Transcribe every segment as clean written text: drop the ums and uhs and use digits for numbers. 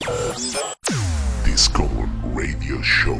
Discommon Radio Show.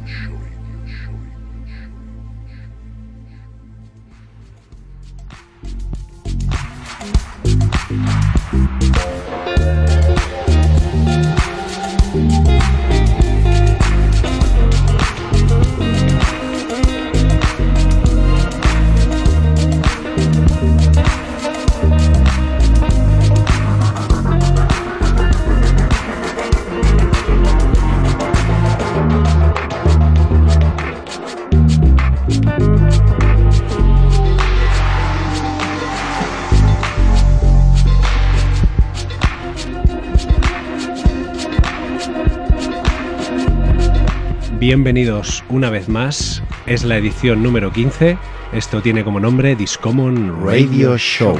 Bienvenidos una vez más, es la edición número 15, esto tiene como nombre Discommon Radio Show.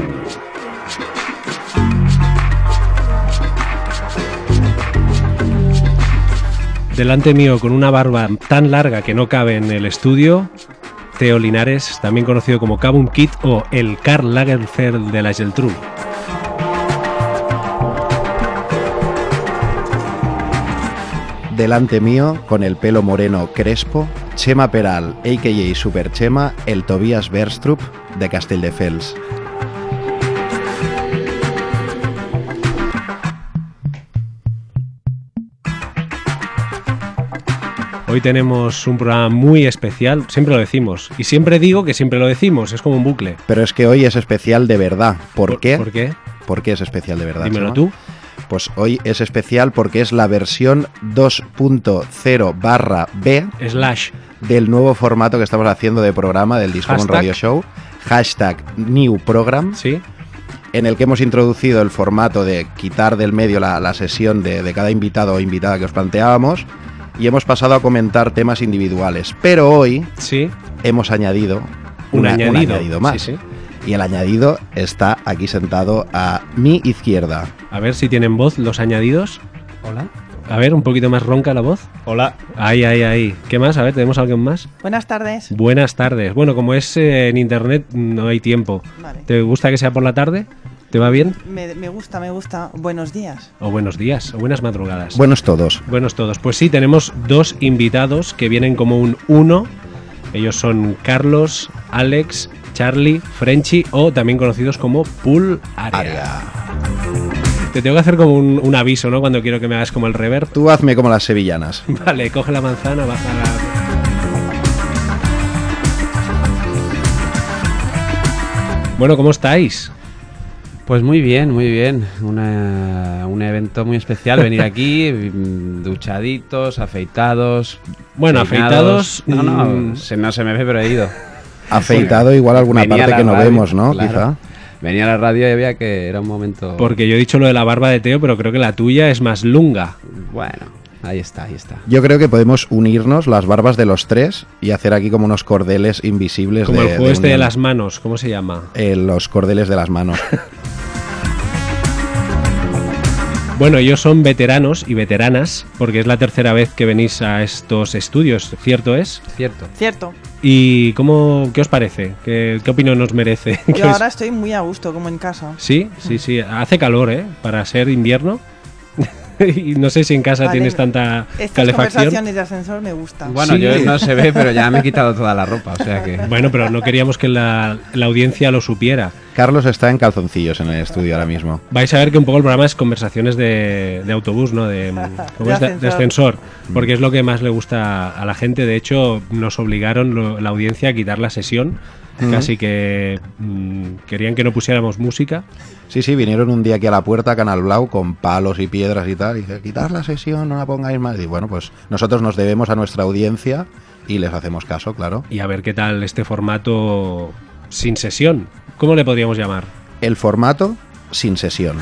Delante mío, con una barba tan larga que no cabe en el estudio, Teo Linares, también conocido como Kabum Kid o el Karl Lagerfeld de la Geltrú. Delante mío, con el pelo moreno crespo, Chema Peral, a.k.a. Super Chema, el Tobias Berstrup de Castelldefels. Hoy tenemos un programa muy especial, siempre lo decimos, y siempre digo que siempre lo decimos, es como un bucle. Pero es que hoy es especial de verdad. ¿Por qué? ¿Por qué? ¿Por qué es especial de verdad? Dímelo Chema? tú. Pues hoy es especial porque es la versión 2.0/B Slash. del nuevo formato que estamos haciendo de programa del Discommon Radio Show. Hashtag New Program. Sí. En el que hemos introducido el formato de quitar del medio la sesión de cada invitado o invitada que os planteábamos y hemos pasado a comentar temas individuales. Pero hoy Sí. hemos añadido Un un añadido. añadido más. Sí, sí. Y el añadido está aquí sentado a mi izquierda. A ver si tienen voz los añadidos. Hola. A ver, un poquito más ronca la voz. Hola. Ahí. ¿Qué más? A ver, ¿tenemos alguien más? Buenas tardes. Buenas tardes. Bueno, como es en internet, no hay tiempo. Vale. ¿Te gusta que sea por la tarde? ¿Te va bien? Me gusta. Buenos días. O buenos días, o buenas madrugadas. Buenos todos. Buenos todos. Pues sí, tenemos dos invitados que vienen como un uno. Ellos son Carlos, Alex, Charlie, Frenchy o también conocidos como Pool Area. Te tengo que hacer como un aviso, ¿no? Cuando quiero que me hagas como el reverb. Tú hazme como las sevillanas. Vale, coge la manzana, baja la... Bueno, ¿cómo estáis? Pues muy bien, muy bien. Un evento muy especial venir aquí, duchaditos, afeitados. Bueno, peinados. afeitados... No se me ve, pero he ido. Afeitado igual alguna Venía parte a la que no radio, vemos, ¿no? claro. Quizá. Venía a la radio y había que... Era un momento... Porque yo he dicho lo de la barba de Teo, pero creo que la tuya es más lunga. Bueno, ahí está. Yo creo que podemos unirnos las barbas de los tres y hacer aquí como unos cordeles invisibles. Como el juego este de unión. las manos, ¿cómo se llama? Los cordeles de las manos. Bueno, ellos son veteranos y veteranas, porque es la tercera vez que venís a estos estudios, ¿cierto es? Cierto. ¿Y qué os parece? ¿Qué opinión nos merece? Yo ahora estoy muy a gusto, como en casa. Sí. Hace calor, ¿eh? Para ser invierno. Y no sé si en casa Vale, tienes tanta Estas calefacción. conversaciones de ascensor me gustan. Bueno, Sí. yo no se ve, pero ya me he quitado toda la ropa, o sea que... Bueno, pero no queríamos que la audiencia lo supiera. Carlos está en calzoncillos en el estudio ahora mismo. Vais a ver que un poco el programa es conversaciones de autobús, ¿no? ¿Cómo es? De ascensor. Porque es lo que más le gusta a la gente. De hecho, nos obligaron la audiencia a quitar la sesión. Casi que querían que no pusiéramos música. Sí, vinieron un día aquí a la puerta a Canal Blau con palos y piedras y tal. Y dice, quitar la sesión, no la pongáis más. Y bueno, pues nosotros nos debemos a nuestra audiencia y les hacemos caso, claro. Y a ver qué tal este formato sin sesión. ¿Cómo le podríamos llamar? El formato sin sesión.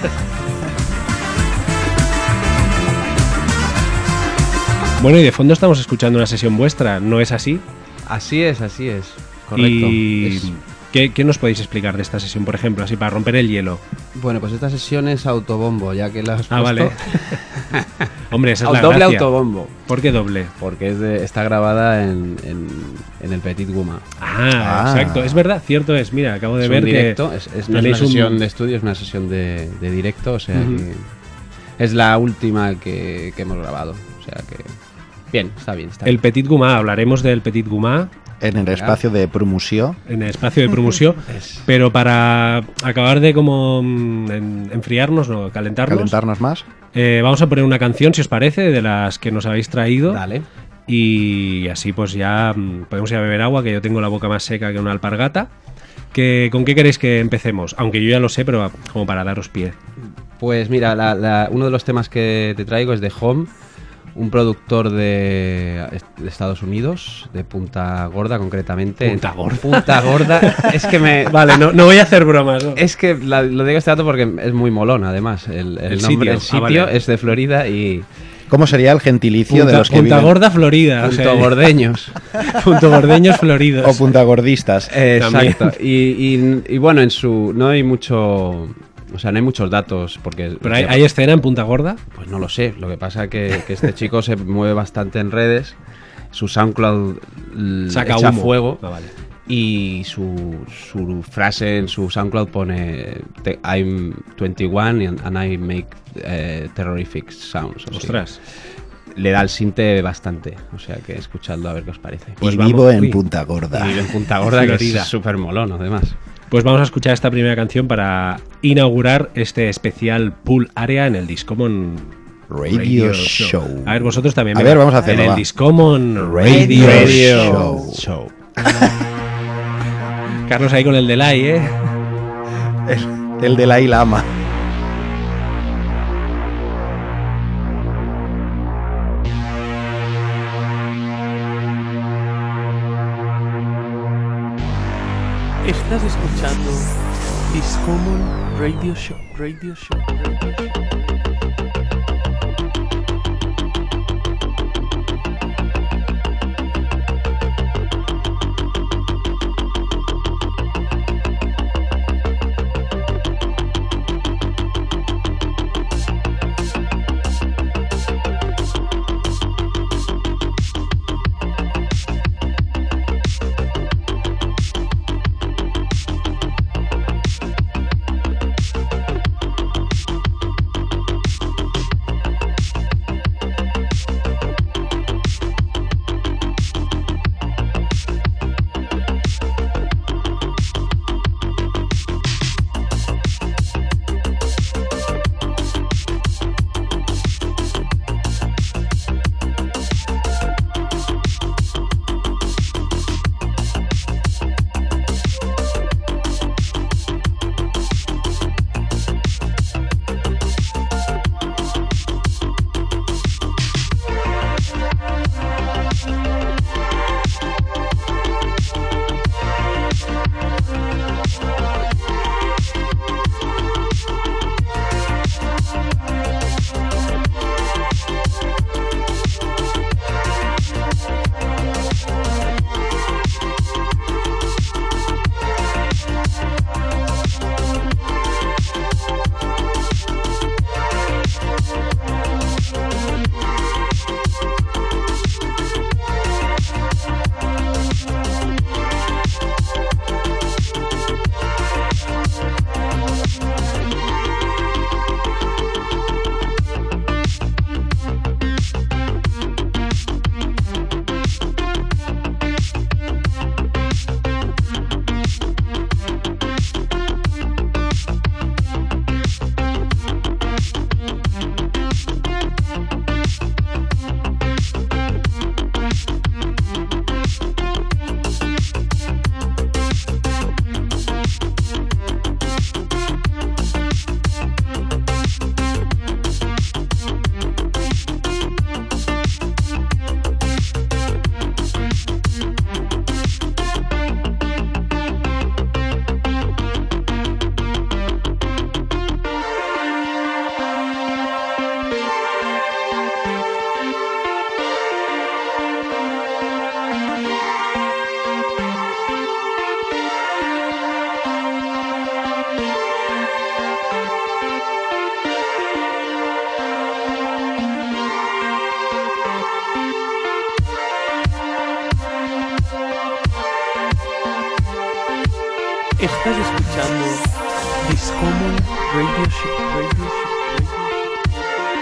Bueno, y de fondo estamos escuchando una sesión vuestra, ¿no es así? Así es. Correcto. Y ¿qué nos podéis explicar de esta sesión, por ejemplo, así para romper el hielo? Bueno, pues esta sesión es autobombo, ya que la has puesto. Vale. Hombre, esa es la Doble gracia. autobombo. ¿Por qué doble? Porque está grabada en el Petit Guma. Ah, exacto. Es verdad, cierto es. Mira, acabo de Es ver un directo, que no es una tenéis sesión de estudio, es una sesión de directo, o sea que... Es la última que hemos grabado. O sea que... Bien, está bien. El Petit Goumà, hablaremos del Petit Goumà En el espacio de promoció. en el espacio de promoció, pero para acabar de como enfriarnos, no, Calentarnos más. vamos a poner una canción, si os parece, de las que nos habéis traído. Dale. Y así pues ya podemos ir a beber agua, que yo tengo la boca más seca que una alpargata. ¿Con qué queréis que empecemos? Aunque yo ya lo sé, pero como para daros pie. Pues mira, uno de los temas que te traigo es de Home, un productor de Estados Unidos, de Punta Gorda concretamente. ¿Punta Gorda? Punta Gorda. Es que me... Vale, no voy a hacer bromas, ¿no? Es que lo digo este dato porque es muy molón, además. El nombre del sitio vale. es de Florida y... ¿Cómo sería el gentilicio de los que Punta viven? Gorda, Florida. Punto Gordeños. Punto Gordeños, Floridos. O puntagordistas. Exacto. Y bueno, no hay mucho... O sea, no hay muchos datos porque... ¿Pero hay escena en Punta Gorda? Pues no lo sé. Lo que pasa es que este chico se mueve bastante en redes. Su SoundCloud Saca echa humo. fuego. Ah, vale. Y su frase en su SoundCloud pone I'm 21 and I make terrific sounds. O sea, Ostras. le da el sinte bastante. O sea que escuchadlo a ver qué os parece. Pues y vamos, vivo en uy. Punta Gorda. Y vive en Punta Gorda, que Florida. es súper molón, además. Pues vamos a escuchar esta primera canción para inaugurar este especial Pool Area en el Discommon Radio Show. A ver, vosotros también. A venga. ver, vamos a hacerlo, En el va. Discommon Radio Radio Show. Carlos ahí con el delay, ¿eh? El de la Lama. Estás escuchando Discommon Radio Show, Radio Show, Radio Show. Estás escuchando Discommon Radio Show, Radio Show, Radio Show.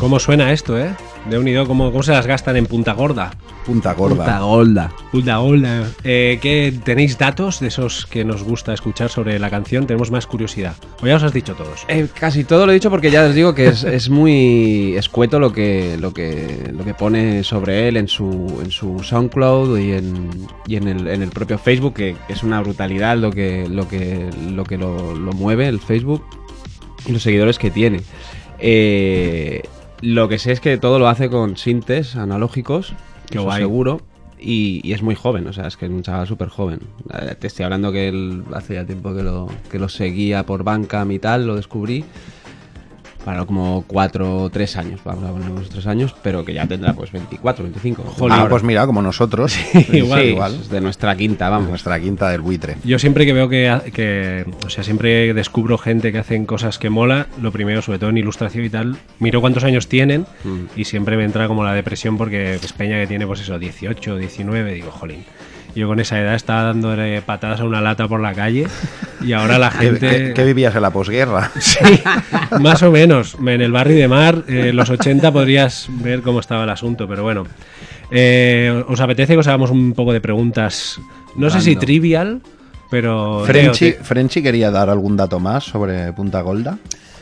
¿Cómo suena esto, eh? De unido, ¿cómo se las gastan en Punta Gorda? Punta Gorda. Punta Gorda. Punta Gorda. ¿Qué tenéis datos de esos que nos gusta escuchar sobre la canción? Tenemos más curiosidad. O ya os has dicho todos. Casi todo lo he dicho porque ya os digo que es muy escueto lo que pone sobre él en su SoundCloud y en el propio Facebook, que es una brutalidad lo que lo mueve el Facebook y los seguidores que tiene. Lo que sé es que todo lo hace con sintes analógicos, Qué eso guay. seguro, y es muy joven, o sea, es que es un chaval súper joven. Te estoy hablando que él hace ya tiempo que lo seguía por Bandcamp y tal, lo descubrí. Para como 4 o 3 años, vamos a poner unos 3 años, pero que ya tendrá pues 24, 25. Ah, pues mira, como nosotros. igual. Es de nuestra quinta, vamos. Nuestra quinta del buitre. Yo siempre que veo o sea, siempre descubro gente que hacen cosas que mola, lo primero, sobre todo en ilustración y tal, miro cuántos años tienen y siempre me entra como la depresión porque es peña que tiene, pues eso, 18, 19, digo, jolín. Yo con esa edad estaba dándole patadas a una lata por la calle y ahora la gente... ¿Qué vivías en la posguerra? Sí, más o menos. En el barrio de Mar, los 80 podrías ver cómo estaba el asunto, pero bueno. ¿Os apetece que os hagamos un poco de preguntas? No sé si trivial, pero... Frenchy quería dar algún dato más sobre Punta Gorda.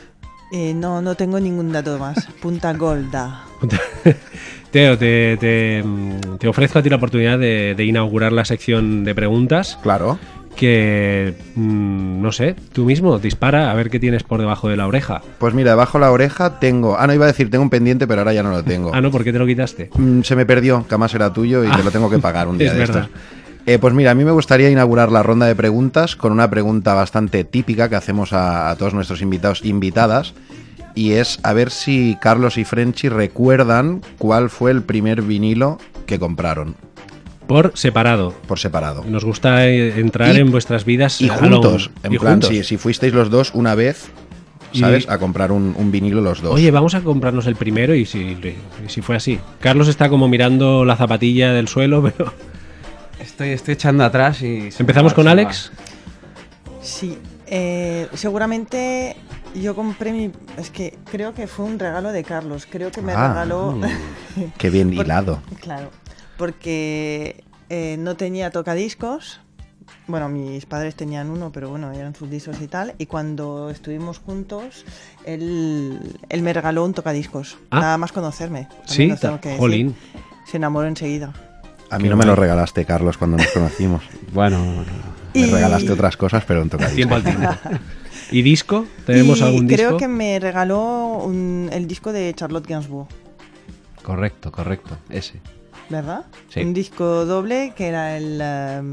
No tengo ningún dato más. Punta Gorda. Teo, te ofrezco a ti la oportunidad de inaugurar la sección de preguntas. Claro. Que, no sé, tú mismo dispara a ver qué tienes por debajo de la oreja. Pues mira, debajo de la oreja tengo... no iba a decir, tengo un pendiente, pero ahora ya no lo tengo. ¿No? ¿Por qué te lo quitaste? Se me perdió, que además era tuyo y te lo tengo que pagar un día es de verdad. estos. Pues mira, a mí me gustaría inaugurar la ronda de preguntas con una pregunta bastante típica que hacemos a todos nuestros invitados invitadas. Y es a ver si Carlos y Frenchy recuerdan cuál fue el primer vinilo que compraron. Por separado. Por separado. Nos gusta entrar en vuestras vidas. Y juntos. En plan, juntos. si fuisteis los dos una vez, ¿sabes? A comprar un vinilo los dos. Oye, vamos a comprarnos el primero y si fue así. Carlos está como mirando la zapatilla del suelo, pero... Estoy echando atrás y... ¿Empezamos con Alex? Sí. Seguramente yo compré es que creo que fue un regalo de Carlos. Creo que me regaló... Qué bien hilado. Claro, porque no tenía tocadiscos. Bueno, mis padres tenían uno, pero bueno, eran sus discos y tal. Y cuando estuvimos juntos, él me regaló un tocadiscos. Nada más conocerme. Sí, jolín. Se enamoró enseguida. A mí no me lo regalaste, Carlos, cuando nos conocimos. Bueno... Me regalaste otras cosas, pero un tocadiscos. Tiempo al tiempo. ¿Y disco? ¿Tenemos algún disco? Creo que me regaló el disco de Charlotte Gainsbourg. Correcto, ese. ¿Verdad? Sí. Un disco doble que era el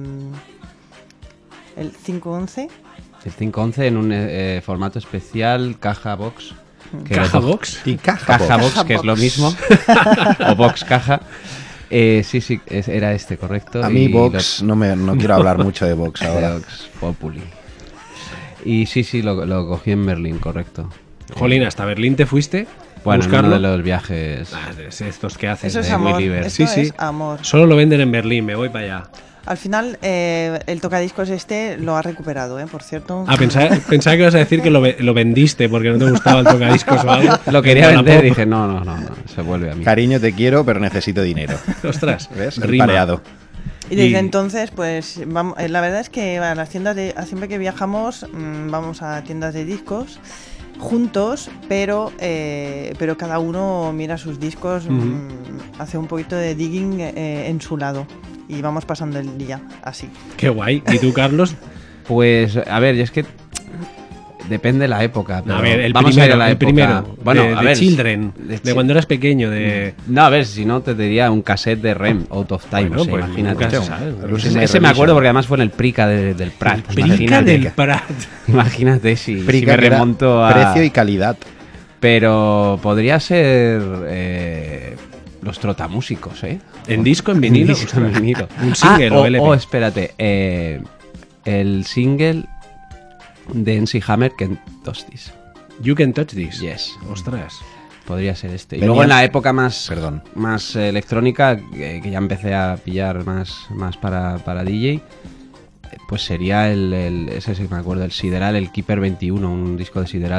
511. El 511 en un formato especial, caja box. ¿Caja box? Y caja box, que es lo mismo. O box caja. Sí, era este, correcto. A mí Vox, no quiero hablar mucho de Vox ahora. Vox Populi. Y sí, lo cogí en Berlín, correcto. Jolín, ¿hasta Berlín te fuiste? Bueno, buscarlo. en uno de los viajes. Estos que haces. Eso es amor. Williver. Eso Sí. es amor. Solo lo venden en Berlín, me voy para allá. Al final, el tocadiscos lo ha recuperado, por cierto. Pensaba que ibas a decir que lo vendiste porque no te gustaba el tocadiscos o algo. Lo quería vender, dije, no, se vuelve a mí. Cariño, te quiero, pero necesito dinero. Ostras, ¿Ves? El rima. pareado. Y desde entonces, pues, la verdad es que a las tiendas siempre que viajamos, vamos a tiendas de discos juntos, pero cada uno mira sus discos, hace un poquito de digging en su lado. Y vamos pasando el día así. Qué guay. ¿Y tú, Carlos? Pues, a ver, y es que depende de la época. A ver, el vamos primero, a ir a la el época. primero. Bueno, de a ver, Children. De cuando eras pequeño. No, a ver, si no te diría un cassette de REM, Out of Time. Bueno, o sea, pues imagínate. nunca se sabe. Ese me acuerdo porque además fue en el Prica del Prat. Pues Prica imagínate, del Prat. Imagínate si Prica me que da remonto a... precio y calidad. Pero podría ser los trotamúsicos, ¿eh? ¿En disco, en vinilo? En disco, en vinilo. ¿Un single o LP? Espérate. El single de MC Hammer, Can't Touch This. You Can Touch This. Yes. Ostras. Podría ser este. Y Venías- luego en la época más electrónica, que ya empecé a pillar más para DJ, pues sería ese sí me acuerdo, el Sideral, el Keeper 21, un disco de Sideral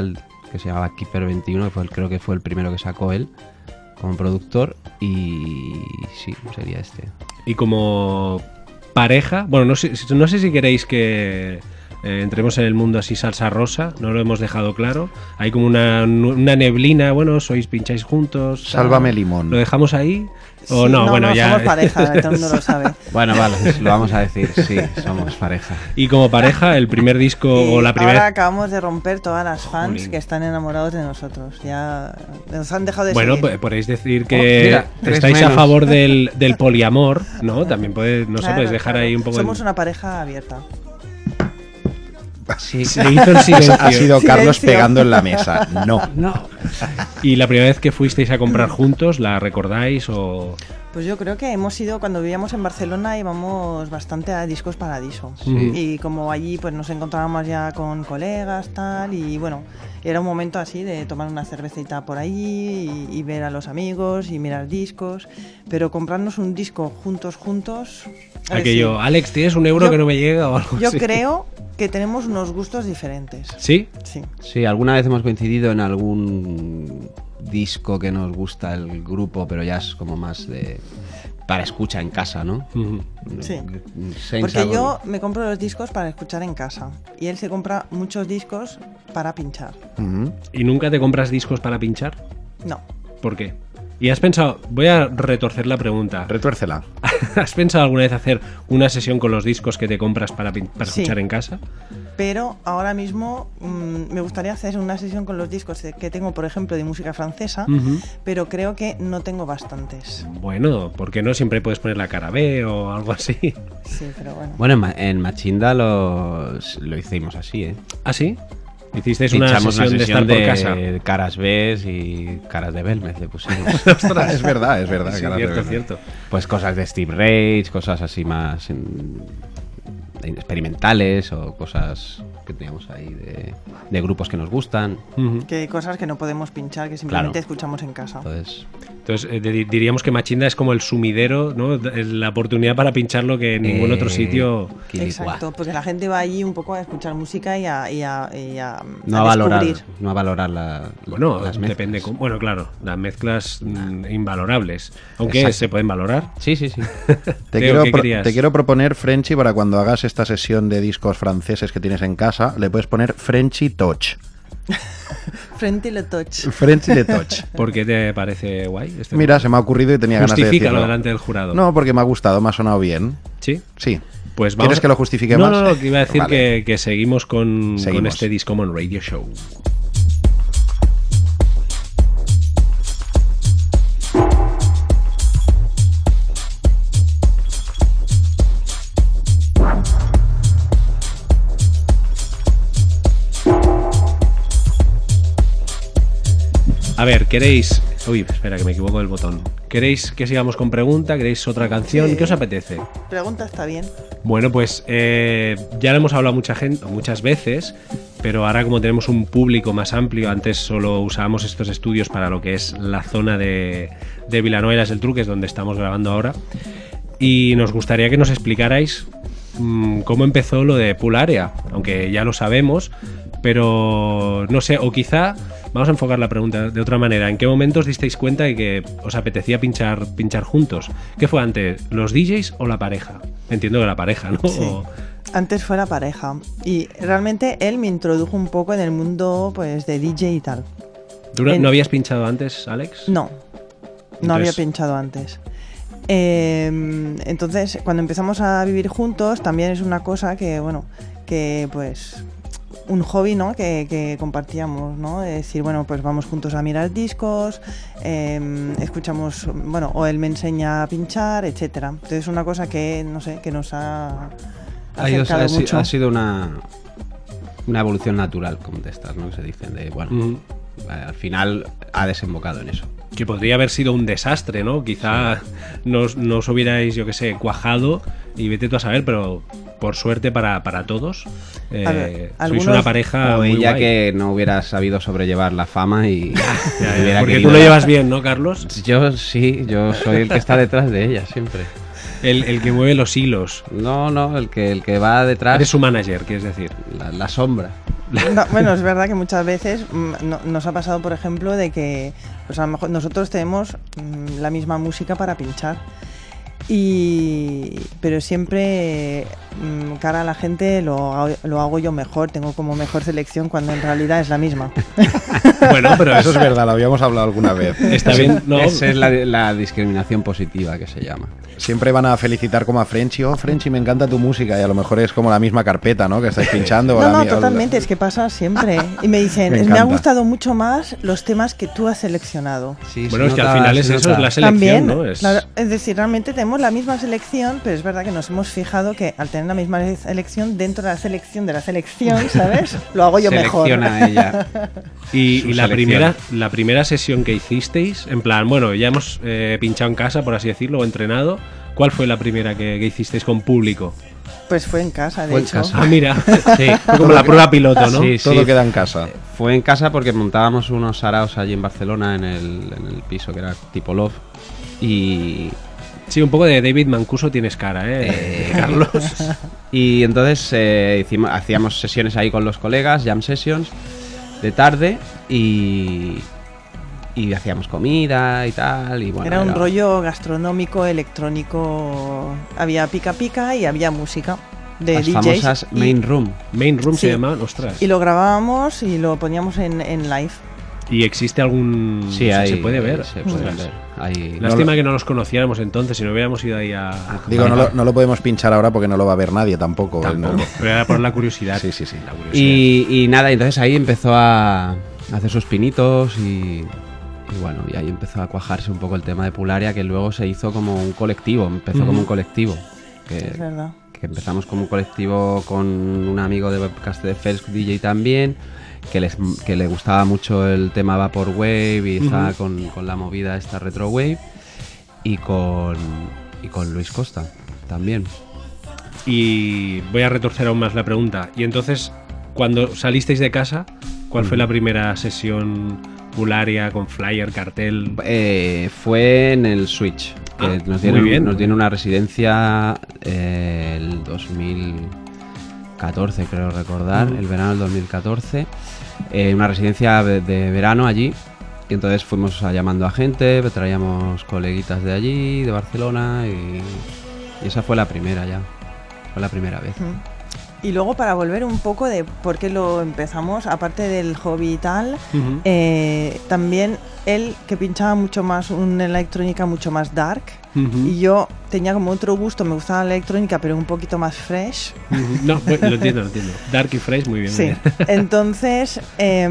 que se llamaba Keeper 21, que creo que fue el primero que sacó él como productor, y sí, sería este. Y como pareja, bueno, no sé si queréis que entremos en el mundo así salsa rosa, no lo hemos dejado claro. Hay como una neblina, bueno, pincháis juntos. Sálvame limón. ¿Lo dejamos ahí? O Sí, no, bueno, ya. somos pareja, todo el mundo lo sabe. Bueno, vale, lo vamos a decir, sí, somos pareja. Y como pareja, el primer disco Y o la primera. ahora acabamos de romper todas las fans Jolín. que están enamorados de nosotros. Ya nos han dejado de Bueno, seguir. podéis decir que mira, 3 estáis a menos. favor del poliamor, ¿no? También podéis Claro, dejar claro. ahí un poco. Somos una pareja abierta. Sí, Se hizo el silencio. Ha sido Carlos Silencio. pegando en la mesa. No. no. ¿Y la primera vez que fuisteis a comprar juntos, la recordáis o...? Pues yo creo que hemos ido, cuando vivíamos en Barcelona, íbamos bastante a Discos Paradiso. Sí. Y como allí pues nos encontrábamos ya con colegas, tal, y bueno, era un momento así de tomar una cervecita por allí y ver a los amigos y mirar discos, pero comprarnos un disco juntos, Aquello, sí. Alex, ¿tienes un euro Yo- que no me llega o algo Yo así? creo que tenemos unos gustos diferentes. ¿Sí? Sí. Sí, alguna vez hemos coincidido en algún disco que nos gusta el grupo, pero ya es como más de para escucha en casa, ¿no? Ujú. Sí. Saints Porque algo- yo me compro los discos para escuchar en casa y él se compra muchos discos para pinchar. Ujú. ¿Y nunca te compras discos para pinchar? No. ¿Por qué? ¿Y has pensado, voy a retorcer la pregunta, Retuércela. ¿has pensado alguna vez hacer una sesión con los discos que te compras para Sí. escuchar en casa? Pero ahora mismo me gustaría hacer una sesión con los discos que tengo, por ejemplo, de música francesa, Ujú. pero creo que no tengo bastantes. Bueno, ¿por qué no? Siempre puedes poner la cara B o algo así. Sí, pero bueno. Bueno, en Machinda lo hicimos así, ¿eh? ¿Ah, sí? ¿Hicisteis una Pinchamos sesión de estar por casa? de caras B y caras de Belmez le pusimos. Es verdad, Sí, cara de cierto, verdad. cierto. Pues cosas de Steve Rage, cosas así más experimentales o cosas que teníamos ahí de grupos que nos gustan. Ujú. Que hay cosas que no podemos pinchar, que simplemente Claro. escuchamos en casa. Entonces, Entonces, diríamos que Machinda es como el sumidero, ¿no? Es la oportunidad para pincharlo que en ningún otro sitio... Quilicua. Exacto, porque la gente va allí un poco a escuchar música y a No a valorar, descubrir. no a valorar las mezclas. depende. Bueno, claro, las mezclas invalorables. Aunque Exacto. se pueden valorar. Sí, sí, sí. Teo, ¿qué querías? Te quiero proponer, Frenchy, para cuando hagas esta sesión de discos franceses que tienes en casa, le puedes poner Frenchy Touch. Frente y le touch. Frenchy Le Touch. ¿Por qué te parece guay? Este Mira, se me ha ocurrido y tenía ganas de Justifícalo decirlo. delante del jurado. No, porque me ha gustado, me ha sonado bien. ¿Sí? Sí. Pues vamos ¿Quieres que lo justifique no, más? No, que iba a decir Vale. que seguimos con Seguimos. este Discommon Radio Show. A ver, ¿queréis...? Uy, espera, que me equivoco del botón. ¿Queréis que sigamos con pregunta? ¿Queréis otra canción? Sí. ¿Qué os apetece? Pregunta está bien. Bueno, pues ya lo hemos hablado muchas veces, pero ahora como tenemos un público más amplio, antes solo usábamos estos estudios para lo que es la zona de Vilanova y las Geltrú, que es donde estamos grabando ahora, y nos gustaría que nos explicarais cómo empezó lo de Pool Area, aunque ya lo sabemos, pero no sé, o quizá vamos a enfocar la pregunta de otra manera. ¿En qué momento os disteis cuenta de que os apetecía pinchar juntos? ¿Qué fue antes, los DJs o la pareja? Entiendo que la pareja, ¿no? Sí. O- Antes fue la pareja. Y realmente él me introdujo un poco en el mundo pues de DJ y tal. ¿Tú no habías pinchado antes, Alex? No, no había Entonces- pinchado antes. Entonces, cuando empezamos a vivir juntos, también es una cosa que, bueno, que pues un hobby, ¿no? Que compartíamos, ¿no? De decir, bueno, pues vamos juntos a mirar discos, escuchamos, bueno, o él me enseña a pinchar, etcétera. Entonces, es una cosa que, no sé, que nos ha acercado mucho. Ha sido una evolución natural, como de estas, ¿no? Que se dicen de, bueno, Ujú. al final ha desembocado en eso. Que podría haber sido un desastre, ¿no? Quizá no os hubierais, yo qué sé, cuajado y vete tú a saber, pero por suerte para todos, A ver, sois algunos- una pareja O muy ella guay. que no hubiera sabido sobrellevar la fama y Ya, hubiera porque querido- tú lo llevas bien, ¿no, Carlos? Yo sí, yo soy el que está detrás de ella siempre. El que mueve los hilos. No, el que va detrás, Eres su manager, quieres decir. la sombra. No, bueno, es verdad que muchas veces nos ha pasado, por ejemplo, de que pues a lo mejor nosotros tenemos la misma música para pinchar. Pero siempre cara a la gente lo hago yo mejor, tengo como mejor selección cuando en realidad es la misma. Bueno, pero Eso es verdad, lo habíamos hablado alguna vez. está bien. No, Esa es la discriminación positiva que se llama. Siempre van a felicitar como a Frenchy, Frenchy, me encanta tu música, y a lo mejor es como la misma carpeta, ¿no? Que estáis pinchando. o la No, mía- o la- totalmente, es que pasa siempre. Y me dicen, Me me ha encanta. gustado mucho más los temas que tú has seleccionado. Sí, bueno, se es que al nota- final se es eso, nota. es la selección, También, ¿no? Es... claro, es decir, realmente tenemos la misma selección, pero es verdad que nos hemos fijado que al tener la misma selección, dentro de la selección, ¿sabes? Lo hago yo mejor. Selecciona ella. Y Su la selección. primera sesión que hicisteis, en plan, bueno, ya hemos pinchado en casa, por así decirlo, o entrenado. ¿Cuál fue la primera que hicisteis con público? Pues fue en casa, de Fue en hecho. casa. Ah, mira, Sí. fue como la prueba piloto, ¿no? Sí, Todo queda en casa. Fue en casa porque montábamos unos saraos allí en Barcelona en el piso que era tipo Love. Y Sí, un poco de David Mancuso tienes cara, Carlos. Y entonces hacíamos sesiones ahí con los colegas, jam sessions, de tarde y hacíamos comida y tal. Y bueno, Era un rollo gastronómico, electrónico. Había pica pica y había música de las DJs. famosas y- Main Room. Main Room Sí. se llama, ostras. Y lo grabábamos y lo poníamos en live. ¿Y existe algún...? Sí, o sea, ahí se puede ver. Se puede Ostras. ver. Ahí- Lástima que no nos conociéramos entonces, si no hubiéramos ido ahí a... Digo, no lo podemos pinchar ahora porque no lo va a ver nadie tampoco. Tampoco. No. Pero era por la curiosidad. Sí, sí, sí. La curiosidad. Y nada, entonces ahí empezó a hacer sus pinitos y bueno, y ahí empezó a cuajarse un poco el tema de Pularia, que luego se hizo como un colectivo, empezó como un colectivo. Es verdad. Que empezamos como un colectivo con un amigo de Webcast de Fels, DJ también, que le gustaba mucho el tema Vaporwave y estaba con la movida esta Retrowave, y con Luis Costa también. Y voy a retorcer aún más la pregunta. Y entonces, cuando salisteis de casa, ¿cuál fue la primera sesión Pularia con flyer, cartel? Fue en el Switch, que Ah, nos muy bien. nos dieron una residencia el 2014, creo recordar, el verano del 2014, una residencia de verano allí. Y entonces fuimos llamando a gente, traíamos coleguitas de allí, de Barcelona, y esa fue la primera ya. Fue la primera vez. Y luego, para volver un poco de por qué lo empezamos, aparte del hobby y tal, Ujú. también él, que pinchaba mucho más una electrónica mucho más dark, Ujú. y yo tenía como otro gusto, me gustaba la electrónica pero un poquito más fresh. Ujú. No, bueno, lo entiendo. Dark y Fresh, muy bien. Sí, muy bien. entonces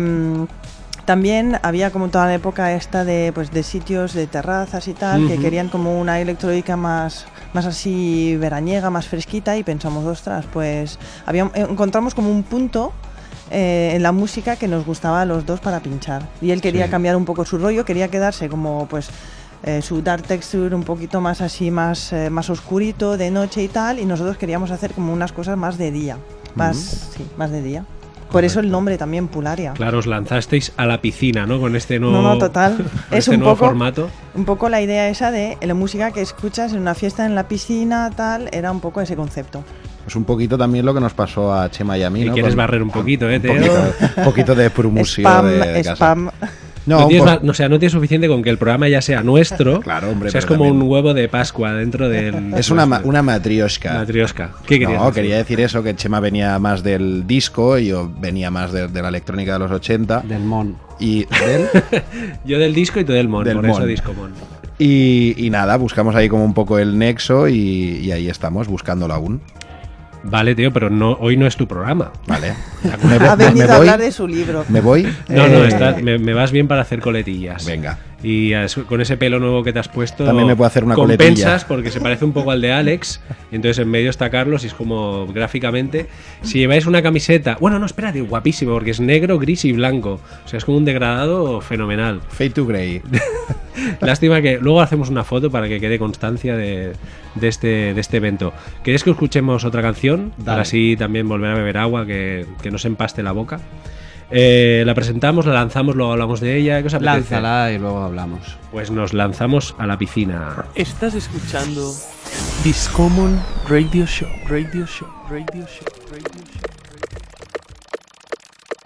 también había como toda la época esta de sitios, de terrazas y tal, que Ujú. querían como una electrónica más así veraniega, más fresquita, y pensamos, ostras, pues encontramos como un punto en la música que nos gustaba a los dos para pinchar. Y él quería Sí. cambiar un poco su rollo, quería quedarse como su dark texture un poquito más así, más oscurito, de noche y tal, y nosotros queríamos hacer como unas cosas más de día, más de día. Por eso el nombre también, Pularia. Claro, os lanzasteis a la piscina, ¿no? Con este nuevo, No, total. con Es este un nuevo poco, formato. un poco la idea esa de la música que escuchas en una fiesta en la piscina, tal, era un poco ese concepto. Pues un poquito también lo que nos pasó a Chema y a mí, Y ¿no? quieres barrer un poquito, un Teo. poquito de promoción Spam, de casa. spam. No, No un tienes, po- no tienes suficiente con que el programa ya sea nuestro. Claro, hombre, O sea, es pero como también- un huevo de Pascua dentro del... es una matrioshka. Matrioshka. ¿Qué querías No, decir? quería decir eso, que Chema venía más del disco y yo venía más de la electrónica de los 80. Del Mon. Y, ¿del? Yo del disco y tú del Mon, Del por Mon. eso Disco Mon. y nada, buscamos ahí como un poco el nexo y ahí estamos, buscándolo aún. Vale, tío, pero hoy no es tu programa. Vale. Ha venido a hablar de su libro. ¿Me voy? No, me vas bien para hacer coletillas. Venga. Y con ese pelo nuevo que te has puesto, También me puedo hacer una compensas coletilla. porque se parece un poco al de Alex. Y entonces en medio está Carlos y es como gráficamente. Si lleváis una camiseta, bueno, no, espérate, guapísimo, porque es negro, gris y blanco. O sea, es como un degradado fenomenal. Fade to Grey. Lástima que luego hacemos una foto para que quede constancia de este evento. ¿Queréis que escuchemos otra canción? Dale. Para así también volver a beber agua, que no se empaste la boca. La presentamos, la lanzamos, luego hablamos de ella. ¿Qué os apetece? Lánzala y luego hablamos. Pues nos lanzamos a la piscina. Estás escuchando Discommon Radio Show, Radio Show, Radio Show, Radio Show.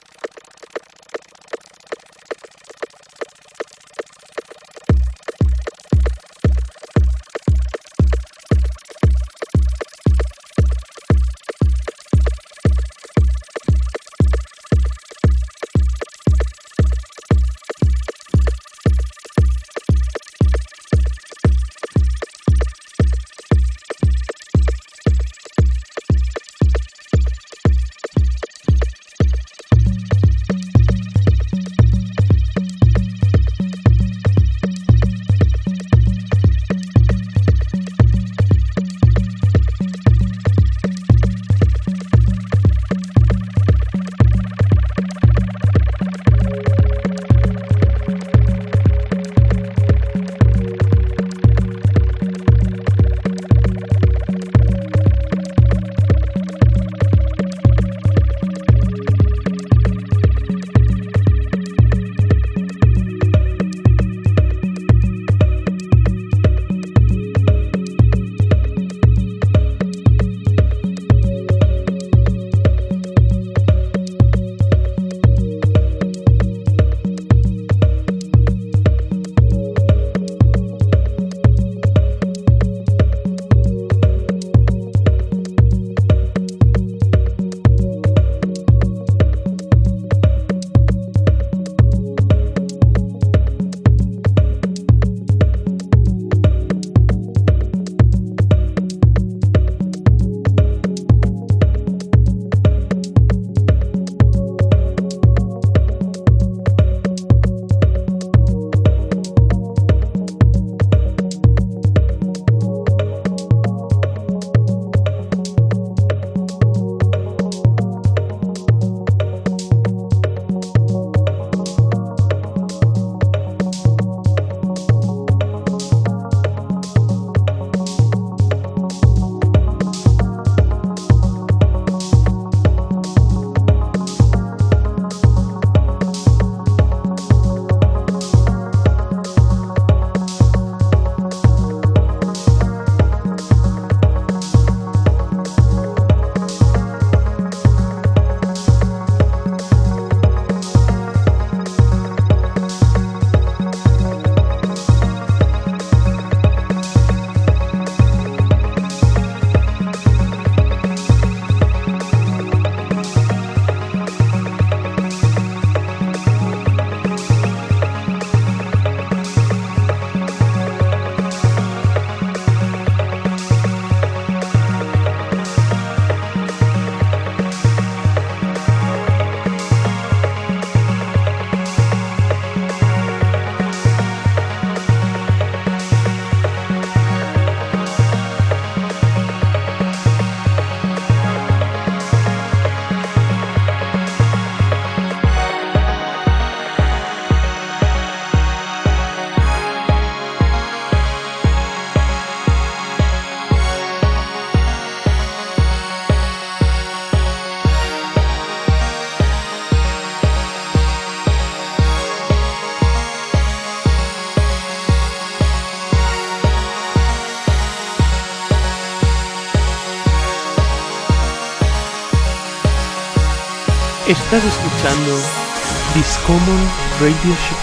Estás escuchando Discommon Radio Show.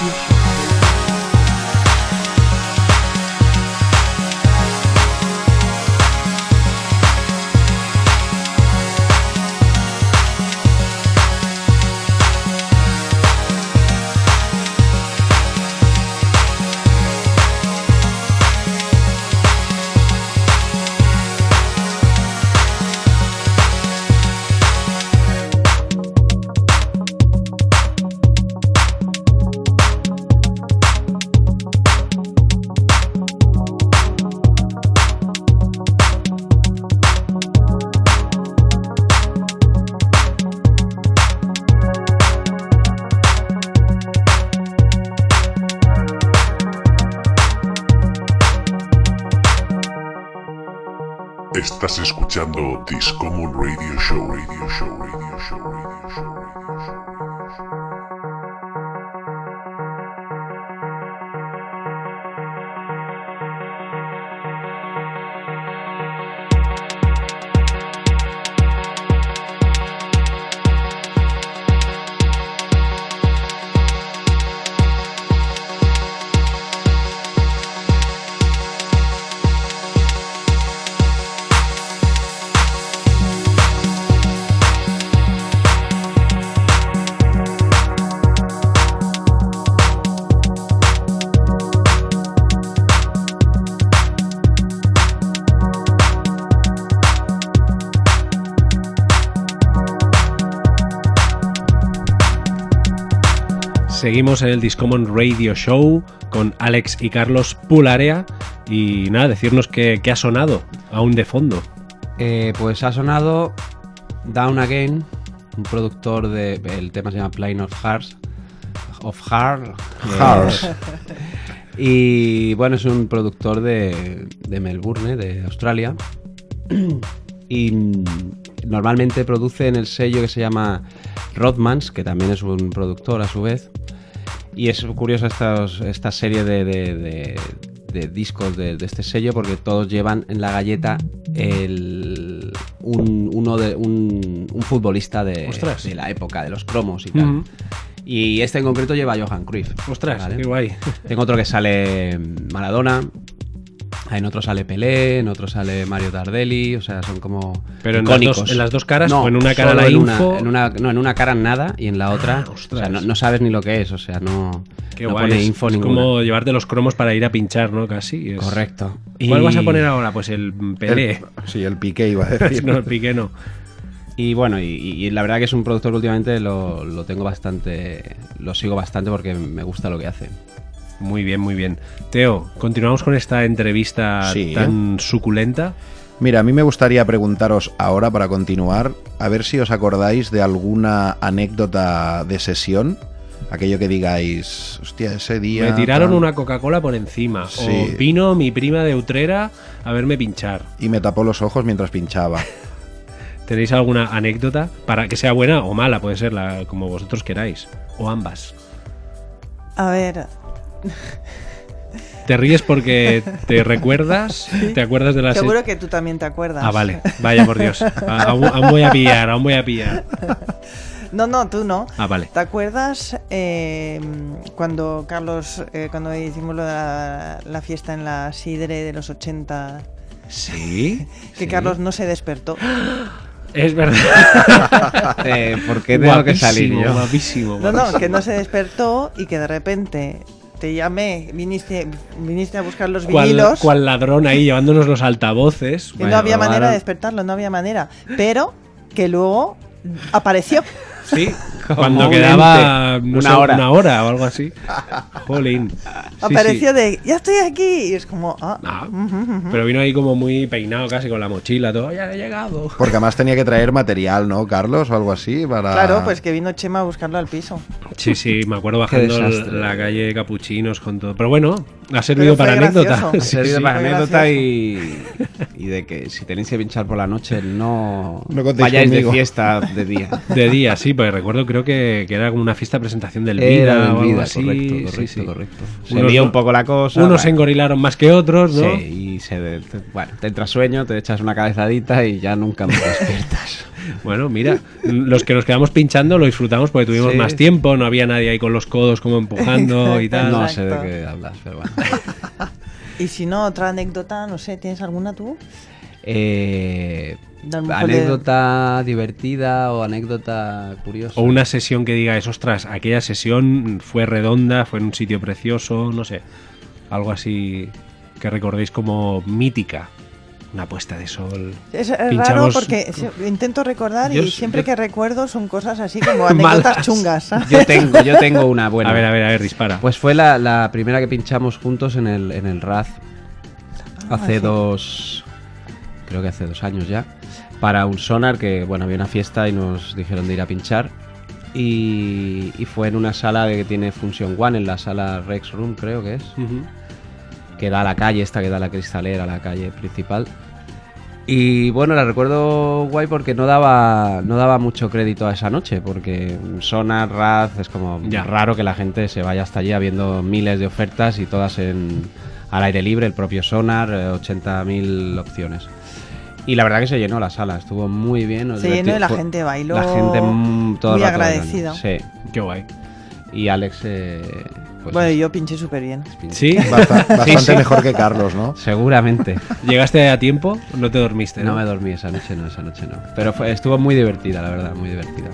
Estás escuchando Discommon Radio Show, Radio Show, Radio Show, Radio Show, Radio Show. Seguimos en el Discommon Radio Show con Alex y Carlos Pularea. Y nada, decirnos qué ha sonado aún de fondo. Pues ha sonado Down Again, un productor de... El tema se llama Plane of Hearts. Y bueno, es un productor de Melbourne, de Australia. Y normalmente produce en el sello que se llama Rodmans, que también es un productor a su vez. Y es curioso esta serie de discos de este sello, porque todos llevan en la galleta un futbolista de la época, de los cromos y tal. Uh-huh. Y este en concreto lleva a Johan Cruyff. ¡Ostras! ¿Vale? ¡Qué guay! Tengo otro que sale Maradona. En otro sale Pelé, en otro sale Mario Tardelli, o sea, son como pero icónicos. ¿En las dos caras no, o en una cara la info? En una cara nada y en la otra, o sea, no sabes ni lo que es, o sea, no, qué no guay, pone info es ninguna. como llevarte los cromos para ir a pinchar, ¿no? Casi. Es... Correcto. ¿Cuál vas a poner ahora? Pues el Pelé. Sí, el Piqué iba a decir. No, el Piqué no. Y bueno, y la verdad que es un productor que últimamente lo tengo bastante, lo sigo bastante porque me gusta lo que hace. Muy bien, muy bien. Teo, continuamos con esta entrevista tan suculenta. Mira, a mí me gustaría preguntaros ahora, para continuar, a ver si os acordáis de alguna anécdota de sesión. Aquello que digáis, hostia, ese día... Me tiraron una Coca-Cola por encima. Sí. O vino mi prima de Utrera a verme pinchar. Y me tapó los ojos mientras pinchaba. ¿Tenéis alguna anécdota? Para que sea buena o mala, puede ser como vosotros queráis. O ambas. A ver... ¿Te ríes porque te recuerdas? ¿Sí? ¿Te acuerdas de la Seguro que tú también te acuerdas. Ah, vale. Vaya, por Dios. Aún voy a pillar. No, tú no. Ah, vale. ¿Te acuerdas cuando Carlos, cuando hicimos la fiesta en la Sidre de los 80? Sí. Que sí. Carlos no se despertó. Es verdad. ¿Por qué tengo que salir yo? Guapísimo. No, que no se despertó y que de repente... Te llamé, viniste a buscar los vinilos. Cual ladrón ahí llevándonos los altavoces. Y no había manera de despertarlo, no había manera. Pero que luego apareció. Sí, cuando quedaba una hora o algo así. Jolín. Apareció de, ya estoy aquí. Y es como, Pero vino ahí como muy peinado casi con la mochila, todo, ya he llegado. Porque además tenía que traer material, ¿no, Carlos? O algo así para... Claro, pues que vino Chema a buscarlo al piso. Sí, me acuerdo bajando la calle Capuchinos con todo. Pero bueno, ha servido para anécdota. Ha servido para anécdota y de que si tenéis que pinchar por la noche no vayáis conmigo. De fiesta de día. De día, sí, porque recuerdo, creo que era como una fiesta de presentación del Vida o algo así. Correcto. Se lía un poco la cosa. Unos se engorilaron más que otros, ¿no? Sí, y te entra sueño, te echas una cabezadita y ya nunca más despiertas. Bueno, mira, los que nos quedamos pinchando lo disfrutamos porque tuvimos Sí. más tiempo, no había nadie ahí con los codos como empujando y tal. No Exacto. sé de qué hablas, pero bueno. Y si no, otra anécdota, no sé, ¿tienes alguna tú? A lo mejor Anécdota divertida o anécdota curiosa. O una sesión que diga, ostras, aquella sesión fue redonda, fue en un sitio precioso, no sé. Algo así que recordéis como mítica. Una puesta de sol. Es raro Pinchamos- porque intento recordar Yo- y siempre yo- que recuerdo son cosas así como anécdotas Malas. chungas. ¿sabes? Yo tengo una buena. A ver, dispara. Pues fue la primera que pinchamos juntos en el Raz hace sí. creo que hace 2 años ya, para un sonar que, bueno, había una fiesta y nos dijeron de ir a pinchar y fue en una sala que tiene Function One, en la sala Rex Room creo que es, Ujú. que da a la calle esta, que da a la Cristalera, a la calle principal. Y bueno, la recuerdo guay porque no daba mucho crédito a esa noche, porque Sonar, Raz, es como Ya. raro que la gente se vaya hasta allí habiendo miles de ofertas y todas al aire libre, el propio Sonar, 80.000 opciones. Y la verdad que se llenó la sala, estuvo muy bien. nos Se llenó y la fue- gente bailó. La gente todo el muy rato bailando. agradecida. Sí. Qué guay. Y Alex, pues Bueno, yo pinché súper bien. ¿Sí? Bastante sí. mejor que Carlos, ¿no? seguramente. ¿Llegaste a tiempo? ¿No te dormiste? No me dormí esa noche no. Pero estuvo muy divertida, la verdad, muy divertida.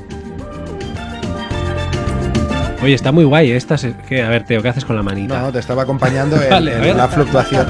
Oye, está muy guay esta. A ver, Teo, ¿qué haces con la manita? No, te estaba acompañando en, Vale, a ver. en la fluctuación.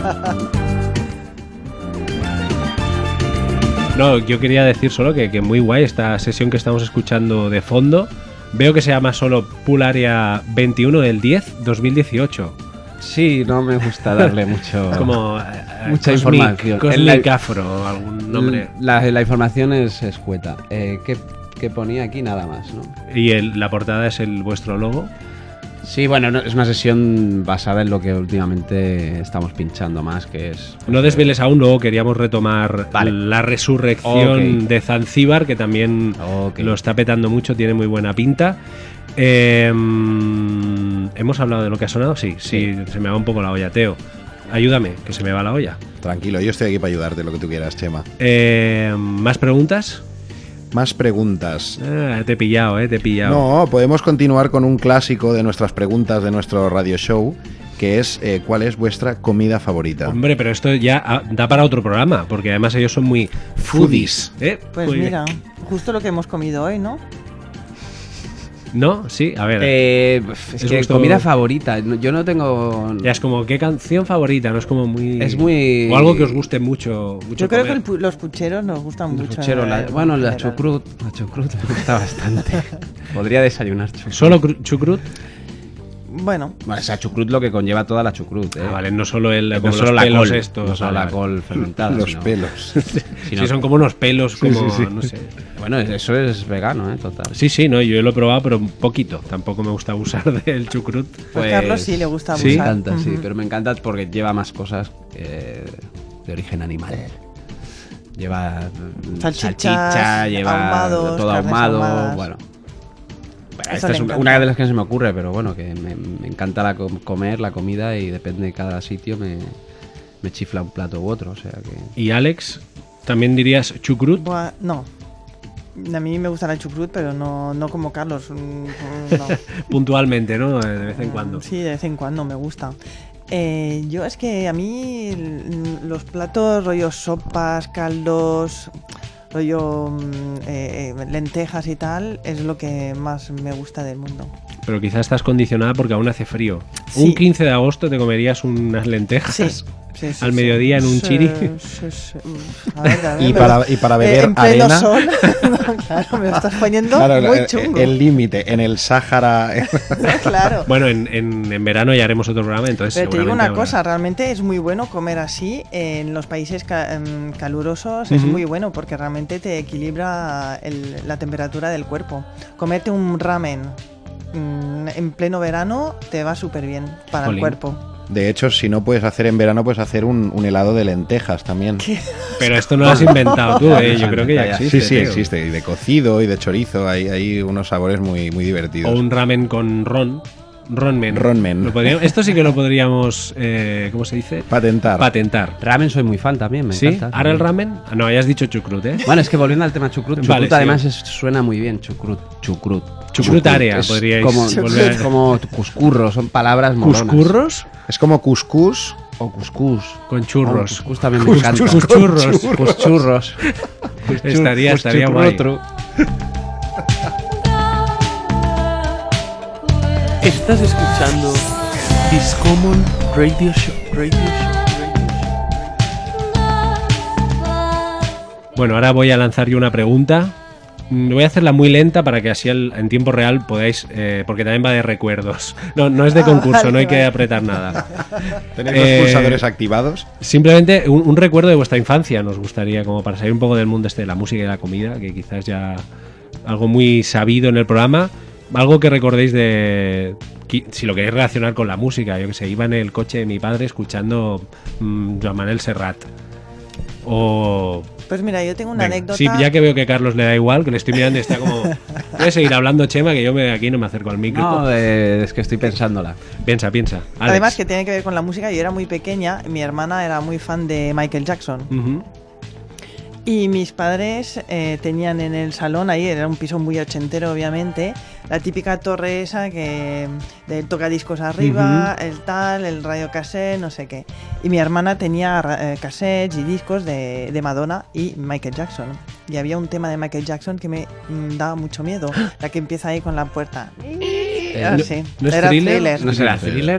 No, yo quería decir solo que muy guay esta sesión que estamos escuchando de fondo. Veo que se llama solo Pool Area 21 del 10-2018. Sí, no me gusta darle mucho... Como Mucha Cosmic- información. Cosmic Afro o algún nombre. La información es escueta. ¿Qué ponía aquí? Nada más, ¿no? Y la portada es vuestro logo. Sí, bueno, es una sesión basada en lo que últimamente estamos pinchando más, que es... No desveles aún, luego queríamos retomar Vale. la resurrección Ok. de Zanzíbar, que también Ok. lo está petando mucho, tiene muy buena pinta. ¿Hemos hablado de lo que ha sonado? Sí, Sí. se me va un poco la olla, Teo. Ayúdame, que se me va la olla. Tranquilo, yo estoy aquí para ayudarte, lo que tú quieras, Chema. ¿Más preguntas? Más preguntas. Te he pillado, te he pillado. No, podemos continuar con un clásico de nuestras preguntas de nuestro radio show, que es ¿cuál es vuestra comida favorita? Hombre, pero esto ya da para otro programa, porque además ellos son muy foodies. Pues Muy bien. mira, justo lo que hemos comido hoy, ¿no? ¿No? Sí, a ver. es Es que vuestro- comida favorita. Yo no tengo... Ya es como, ¿qué canción favorita? No es como muy... Es muy- O algo que os guste mucho Yo creo comer. que los pucheros nos gustan mucho. Puchero, en la general. chucrut me gusta bastante. Podría desayunar chucrut. ¿Solo chucrut? Bueno, Bueno, o sea, chucrut lo que conlleva toda la chucrut, ¿eh? Ah, vale, no solo No como solo los la pelos col, estos. no solo vale, la vale. col fermentada. Los sino- pelos. sino- Sí, son como unos pelos, como, sí. no sé. Bueno, eso es vegano, ¿eh? Total. Sí, no, yo lo he probado, pero un poquito. Tampoco me gusta abusar del chucrut. pues Carlos sí le gusta sí. Me abusar. encanta, sí, Ujú. pero me encanta porque lleva más cosas de origen animal. Lleva Salchichas, lleva ahumados, todo carnes ahumado, ahumadas. bueno. Eso Esta le es encanta. una de las que se me ocurre, pero bueno, que me encanta comer la comida y depende de cada sitio me chifla un plato u otro, o sea que... Y Alex, ¿también dirías chucrut? No. A mí me gusta el chucrut, pero no como Carlos. No. Puntualmente, ¿no? De vez en cuando. Sí, de vez en cuando me gusta. Yo es que a mí los platos, rollo sopas, caldos, rollo lentejas y tal, es lo que más me gusta del mundo. Pero quizás estás condicionada porque aún hace frío. Sí. Un 15 de agosto te comerías unas lentejas. Sí, Al mediodía en un chiri. Sí. A ver, Y para beber en pleno arena. sol. No, claro, me lo estás poniendo Claro, muy chungo. el límite, en el Sáhara. Claro. Bueno, en verano ya haremos otro programa, entonces Pero te digo seguramente una cosa, habrá. realmente es muy bueno comer así en los países calurosos, es Ujú. muy bueno porque realmente te equilibra la temperatura del cuerpo. Comerte un ramen en pleno verano te va súper bien para Jolín. el cuerpo. De hecho, si no puedes hacer en verano, puedes hacer un helado de lentejas también. Pero esto no lo has inventado tú, Yo creo que ya existe. Sí, tío. existe. Y de cocido y de chorizo. Hay unos sabores muy, muy divertidos. O un ramen con ron. Ronmen. Ronmen. Esto sí que lo podríamos, ¿cómo se dice? Patentar. Patentar. Ramen soy muy fan también, me ¿Sí? encanta. ¿Ahora el ramen? Ah, no, ya has dicho chucrut, ¿eh? Bueno, es que volviendo al tema chucrut, Vale, sí. además suena muy bien, chucrut. Chucrut área, Es podríais como, volver a- como cuscurro, son palabras molonas. ¿Cuscurros? Es como cuscús. O cuscús. Con churros. Cuscús también me encanta. Cuscurros. Cuscurros. Estaría guay. Estás escuchando Discommon Radio Show. Radio Show. Bueno, ahora voy a lanzar yo una pregunta. Voy a hacerla muy lenta para que así en tiempo real podáis, porque también va de recuerdos. No es de concurso, vale, no hay que vale. apretar nada. ¿Tenéis los pulsadores activados? Simplemente un recuerdo de vuestra infancia nos gustaría, como para salir un poco del mundo este de la música y de la comida, que quizás ya algo muy sabido en el programa, algo que recordéis de, si lo queréis relacionar con la música, yo que sé, iba en el coche de mi padre escuchando Joan Manuel Serrat. O... Pues mira, yo tengo una Venga, anécdota. sí, ya que veo que Carlos le da igual, que le estoy mirando y está como... Puedes seguir hablando, Chema, que yo aquí no me acerco al micro. No, es que estoy pensándola. Piensa. Alex. Además que tiene que ver con la música, yo era muy pequeña, mi hermana era muy fan de Michael Jackson. Ujú. Y mis padres tenían en el salón, ahí era un piso muy ochentero obviamente, la típica torre esa que del tocadiscos arriba, el radio cassette, no sé qué. Y mi hermana tenía cassettes y discos de Madonna y Michael Jackson. Y había un tema de Michael Jackson que me daba mucho miedo, la que empieza ahí con la puerta. Así. ¿no es Era Thriller? ¿No será Thriller?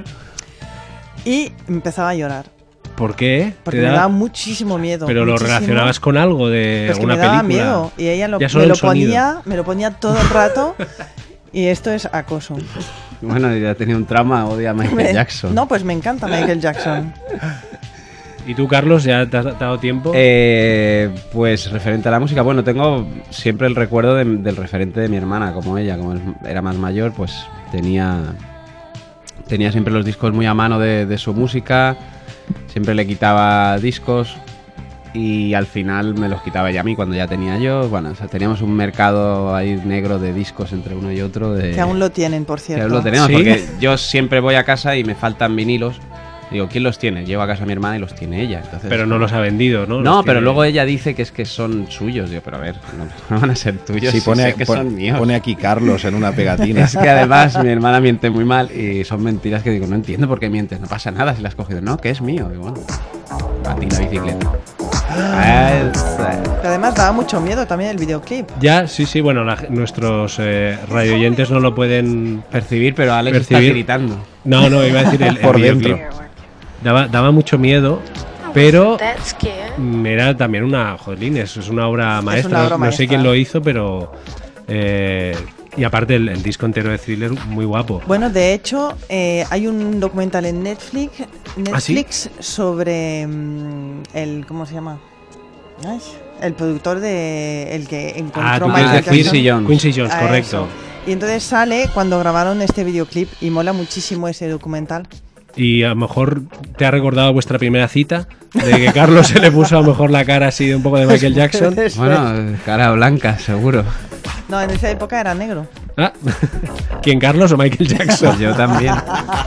Y empezaba a llorar, ¿Por qué? porque ¿Te me da- daba muchísimo miedo. ¿Pero lo muchísimo. relacionabas con algo de Pues que alguna me daba película? miedo y ella Ya solo me el sonido. me lo ponía todo el rato y esto es acoso. Bueno, ya tenía un trauma, odia a Michael Jackson. No, pues me encanta Michael Jackson. ¿Y tú, Carlos, ya te has dado tiempo? Pues referente a la música, bueno, tengo siempre el recuerdo del referente de mi hermana, como ella, era más mayor, pues tenía siempre los discos muy a mano de su música, siempre le quitaba discos y al final me los quitaba ella a mí cuando ya tenía yo. Bueno, o sea, teníamos un mercado ahí negro de discos entre uno y otro. Que aún lo tienen, por Que cierto. aún lo tenemos, ¿Sí? porque yo siempre voy a casa y me faltan vinilos. Digo, ¿quién los tiene? Llevo a casa a mi hermana y los tiene ella. Entonces, Pero no los ha vendido, ¿no? no, Los pero tiene- luego ella dice que es que son suyos. Digo, pero a ver, no van a ser tuyos. Sí, si sé que pone, son míos. pone aquí Carlos en una pegatina. Es que además mi hermana miente muy mal y son mentiras que digo, no entiendo por qué mientes, no pasa nada si la has cogido. No, que es mío. Digo, bueno, a ti la bicicleta. Pero además daba mucho miedo también el videoclip. Ya, sí, bueno, nuestros radioyentes no lo pueden... Percibir, pero Alex Percibir. está gritando. No, iba a decir el Por videoclip. dentro. Daba mucho miedo, pero That scared. era también una... Jolín, es una obra maestra. obra No sé maestra. quién lo hizo, pero... y aparte el disco entero de Thriller, muy guapo. Bueno, de hecho, hay un documental en Netflix ¿Ah, sí? sobre el... ¿Cómo se llama? Ay, el productor de... El que encontró tú Michael quieres decir Jackson. Quincy Jones. Quincy Jones, Ah, correcto. eso. Y entonces sale cuando grabaron este videoclip y mola muchísimo ese documental. Y a lo mejor te ha recordado vuestra primera cita, de que Carlos se le puso a lo mejor la cara así de un poco de Michael Jackson. Bueno, cara blanca, seguro. No, en esa época era negro. Ah, ¿quién, Carlos o Michael Jackson? Pues yo también.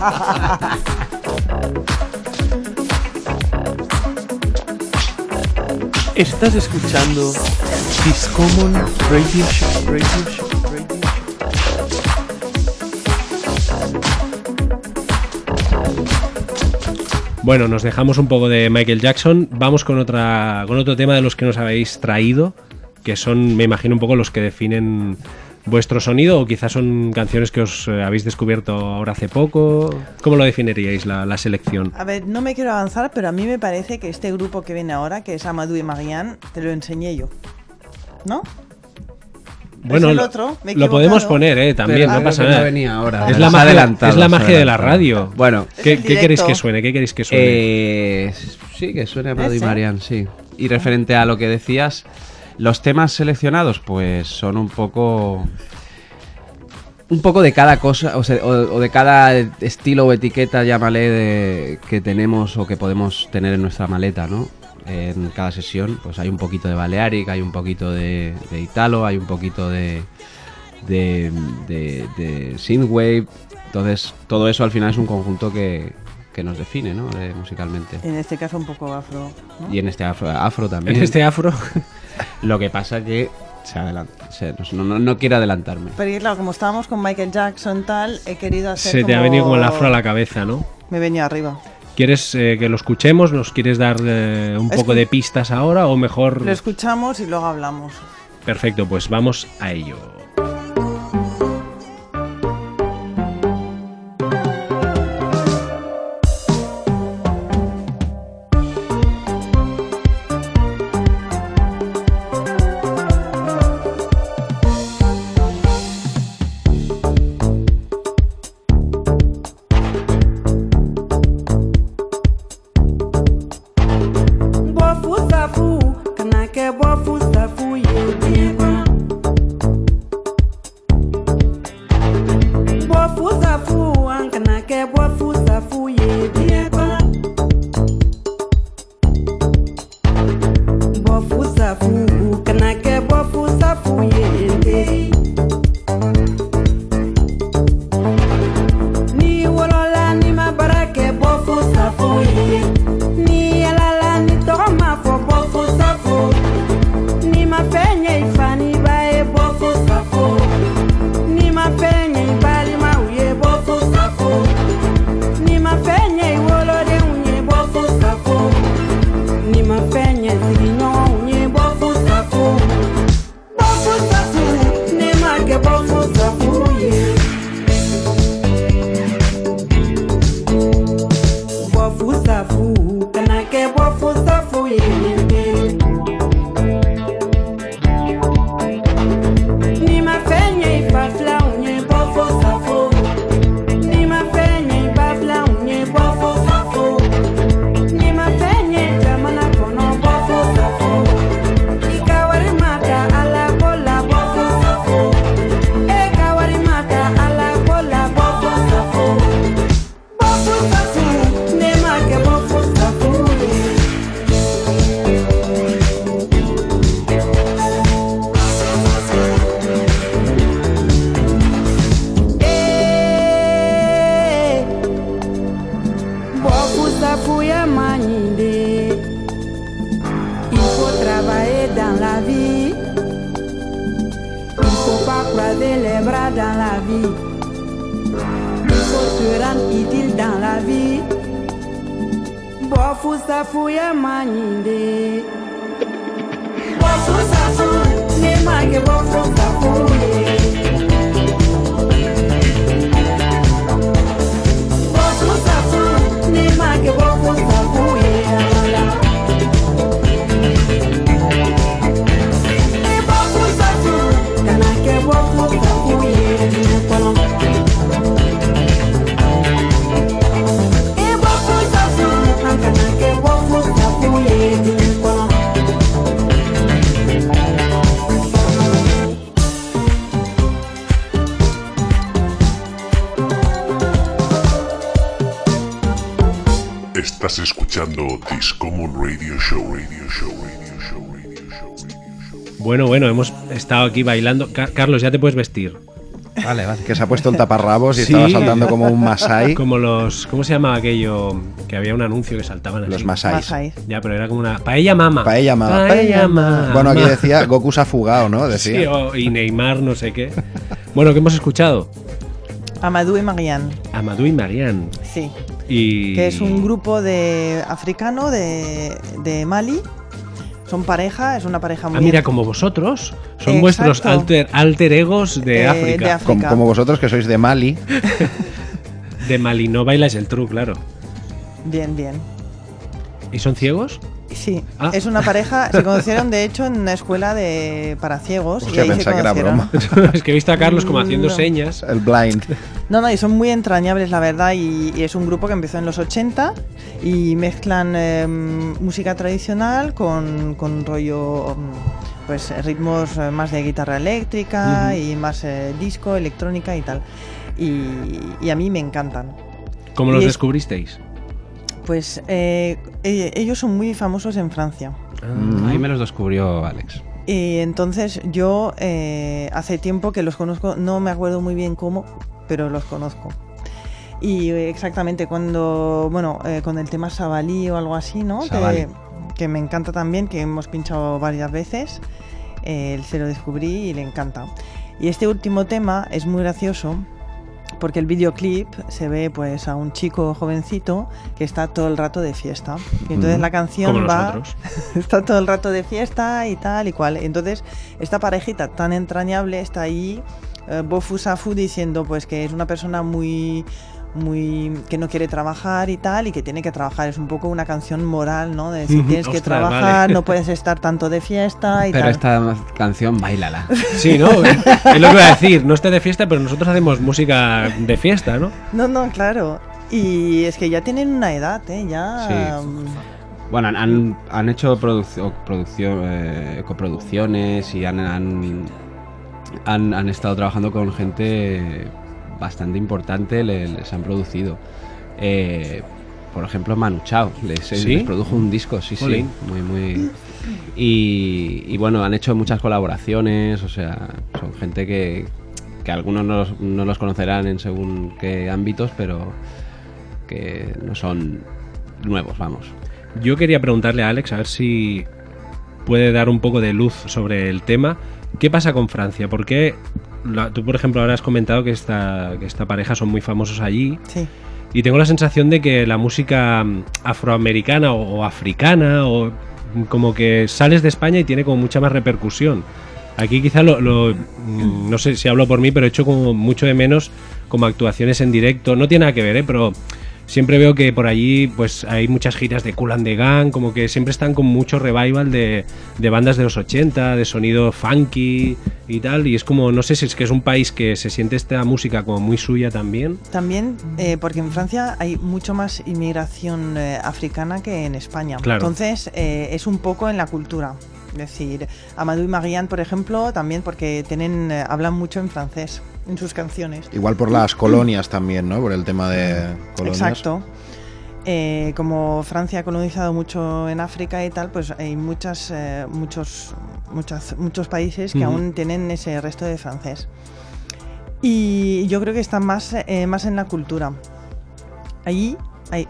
Estás escuchando Discommon Radio Show. Radio Show. Radio Show. Bueno, nos dejamos un poco de Michael Jackson. Vamos con otro tema de los que nos habéis traído, que son, me imagino, un poco los que definen vuestro sonido, o quizás son canciones que os habéis descubierto ahora hace poco. ¿Cómo lo definiríais la selección? A ver, no me quiero avanzar, pero a mí me parece que este grupo que viene ahora, que es Amadou y Marianne, te lo enseñé yo. ¿No? Bueno, el lo, otro, me he lo podemos equivocado. poner, también, Pero no creo pasa que nada. no venía ahora. Es Nos la ha magia, adelantado, es la nos ha magia de la adelantado. radio. Bueno, ¿Qué el queréis directo. que suene? ¿Qué queréis que suene? sí, que suene a Amado y Ese. Marianne, sí. Y referente a lo que decías, los temas seleccionados, pues son un poco de cada cosa, o de cada estilo o etiqueta, llámale, que tenemos o que podemos tener en nuestra maleta, ¿no? En cada sesión, pues hay un poquito de Balearic, hay un poquito de Italo, hay un poquito de Synthwave, Entonces, todo eso al final es un conjunto que nos define, ¿no? Musicalmente. En este caso un poco afro, ¿no? Y en este afro también. En este afro. Lo que pasa que no quiero adelantarme. Pero claro, como estábamos con Michael Jackson tal, he querido hacer Se te ha venido como el afro a la cabeza, ¿no? Me venía arriba. ¿Quieres que lo escuchemos? ¿Nos quieres dar un poco de pistas ahora o mejor...? Lo escuchamos y luego hablamos. Perfecto, pues vamos a ello. Estás escuchando Discommon Radio Show, Radio Show, Radio Show, Radio Show, Radio Show. Bueno, hemos estado aquí bailando. Carlos, ya te puedes vestir. Vale. Que se ha puesto el taparrabos y Sí. estaba saltando como un masái. Como los... ¿Cómo se llamaba aquello? Que había un anuncio que saltaban así. Los masáis. Masai. Ya, pero era como una... Paella mama. Paella mama. Paella mama. Bueno, aquí decía Goku se ha fugado, ¿no? Decía. Sí, y Neymar, no sé qué. Bueno, ¿qué hemos escuchado? Amadou y Marianne, Amadou y Marianne. sí. Y... Que es un grupo de africano de Mali. Son pareja, es una pareja muy... Ah, mira, como vosotros. Son Exacto. vuestros alter egos de África. Como vosotros que sois de Mali. De Mali, no bailáis el true, claro. Bien, bien. ¿Y son ciegos? Sí, Ah. es una pareja, se conocieron de hecho en una escuela para ciegos. Hostia, y ahí se pensaba que era conocieron. broma. Es que he visto a Carlos como haciendo No. señas. El blind. No, y son muy entrañables, la verdad, y es un grupo que empezó en los 80 y mezclan música tradicional con rollo, pues ritmos más de guitarra eléctrica y más disco, electrónica y tal. Y a mí me encantan. ¿Cómo Y los es- descubristeis? Pues ellos son muy famosos en Francia. Ahí me los descubrió Alex. Y entonces yo hace tiempo que los conozco, no me acuerdo muy bien cómo, pero los conozco. Y exactamente cuando, bueno, con el tema Sabalí o algo así, ¿no? Sabalí. Que me encanta también, que hemos pinchado varias veces. Él se lo descubrí y le encanta. Y este último tema es muy gracioso porque el videoclip se ve pues a un chico jovencito que está todo el rato de fiesta. Y entonces la canción Como va nosotros. está todo el rato de fiesta y tal y cual. Entonces esta parejita tan entrañable está ahí, Bofu Safu, diciendo pues que es una persona muy que no quiere trabajar y tal, y que tiene que trabajar. Es un poco una canción moral, ¿no? De decir, tienes que Ostras, trabajar, vale. no puedes estar tanto de fiesta y Pero tal. esta canción, bailala. Sí, ¿no? Es lo que iba a decir. No esté de fiesta, pero nosotros hacemos música de fiesta, ¿no? No, claro. Y es que ya tienen una edad, ¿eh? Ya... Sí. Bueno, han hecho coproducciones y han estado trabajando con gente bastante importante, les han producido. Por ejemplo, Manu Chao les produjo un disco, sí, Jolín. muy. Y bueno, han hecho muchas colaboraciones, o sea, son gente que algunos no los conocerán en según qué ámbitos, pero que no son nuevos, vamos. Yo quería preguntarle a Alex a ver si puede dar un poco de luz sobre el tema. ¿Qué pasa con Francia? ¿Por qué tú, por ejemplo, ahora has comentado que esta pareja son muy famosos allí? Sí. Y tengo la sensación de que la música afroamericana o africana, o como que sales de España y tiene como mucha más repercusión. Aquí quizá no sé si hablo por mí, pero he hecho como mucho de menos como actuaciones en directo. No tiene nada que ver, pero siempre veo que por allí pues hay muchas giras de Kool and the Gang, como que siempre están con mucho revival de bandas de los 80, de sonido funky y tal, y es como, no sé si es que es un país que se siente esta música como muy suya también. También porque en Francia hay mucho más inmigración africana que en España. Claro. Entonces es un poco en la cultura. Es decir, Amadou y Marianne, por ejemplo, también porque hablan mucho en francés en sus canciones. Igual por las colonias también, ¿no? Por el tema de colonias. Exacto. Como Francia ha colonizado mucho en África y tal, pues hay muchos países que aún tienen ese resto de francés. Y yo creo que está más en la cultura. Allí hay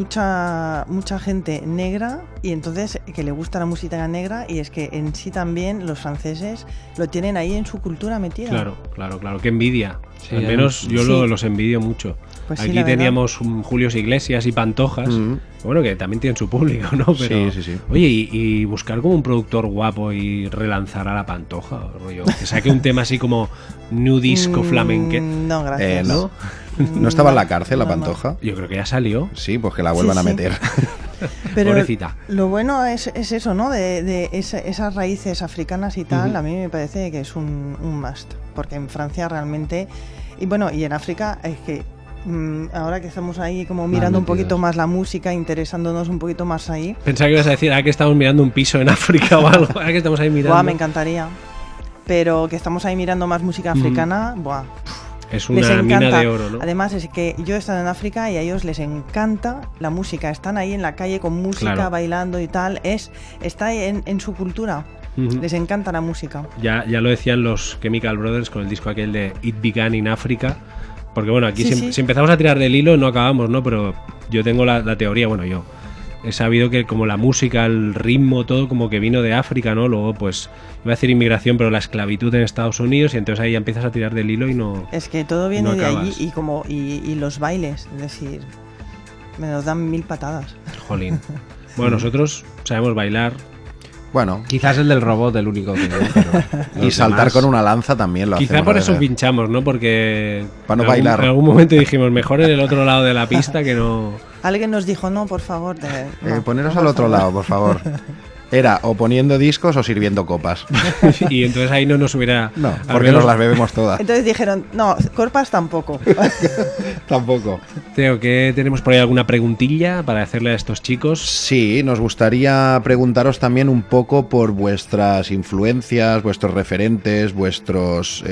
mucha gente negra, y entonces que le gusta la música negra, y es que en sí también los franceses lo tienen ahí en su cultura metida. Claro, qué envidia. Sí, al menos yo sí. los envidio mucho. Pues sí, aquí la verdad. teníamos un Julios Iglesias y Pantojas, bueno, que también tienen su público, ¿no? Pero, Sí. Oye, y buscar como un productor guapo y relanzar a la Pantoja, rollo, que saque un tema así como new disco flamenque. No, gracias. No. ¿No estaba en la cárcel la Pantoja? Yo creo que ya salió. Sí, pues que la vuelvan a Sí. meter. Pero Pobrecita. lo bueno es eso, ¿no? De esas raíces africanas y tal, a mí me parece que es un must. Porque en Francia realmente... Y bueno, y en África es que ahora que estamos ahí como mirando un poquito más la música, interesándonos un poquito más ahí... Pensaba que ibas a decir, que estamos mirando un piso en África o algo, que estamos ahí mirando. Buah, me encantaría. Pero que estamos ahí mirando más música africana, buah. Es Les una mina encanta. de oro, ¿no? Además es que yo he estado en África y a ellos les encanta la música. Están ahí en la calle con música, Claro. bailando y tal. Está en su cultura. Les encanta la música. Ya lo decían los Chemical Brothers con el disco aquel de It Began in Africa. Porque bueno, aquí Sí. si empezamos a tirar del hilo no acabamos, ¿no? Pero yo tengo la teoría, bueno, yo he sabido que como la música, el ritmo, todo como que vino de África, ¿no? Luego pues iba a decir inmigración, pero la esclavitud en Estados Unidos, y entonces ahí ya empiezas a tirar del hilo y no... Es que todo viene no de allí acabas. y los bailes. Es decir, me nos dan 1000 patadas. Jolín. Bueno, nosotros sabemos bailar. Bueno, Quizás el del robot, el único que no, pero y los saltar demás- con una lanza también lo Quizá hacemos por a eso veces. pinchamos, ¿no? Porque Pa' no en bailar. en algún momento dijimos, mejor en el otro lado de la pista que no... Alguien nos dijo, no, por favor. No, Poneros no, al por otro favor. lado, por favor. Era o poniendo discos o sirviendo copas. Y entonces ahí no nos hubiera... No, al porque menos- nos las bebemos todas. Entonces dijeron, no, corpas tampoco. Tampoco. Teo, ¿qué tenemos por ahí? ¿Alguna preguntilla para hacerle a estos chicos? Sí, nos gustaría preguntaros también un poco por vuestras influencias, vuestros referentes, vuestros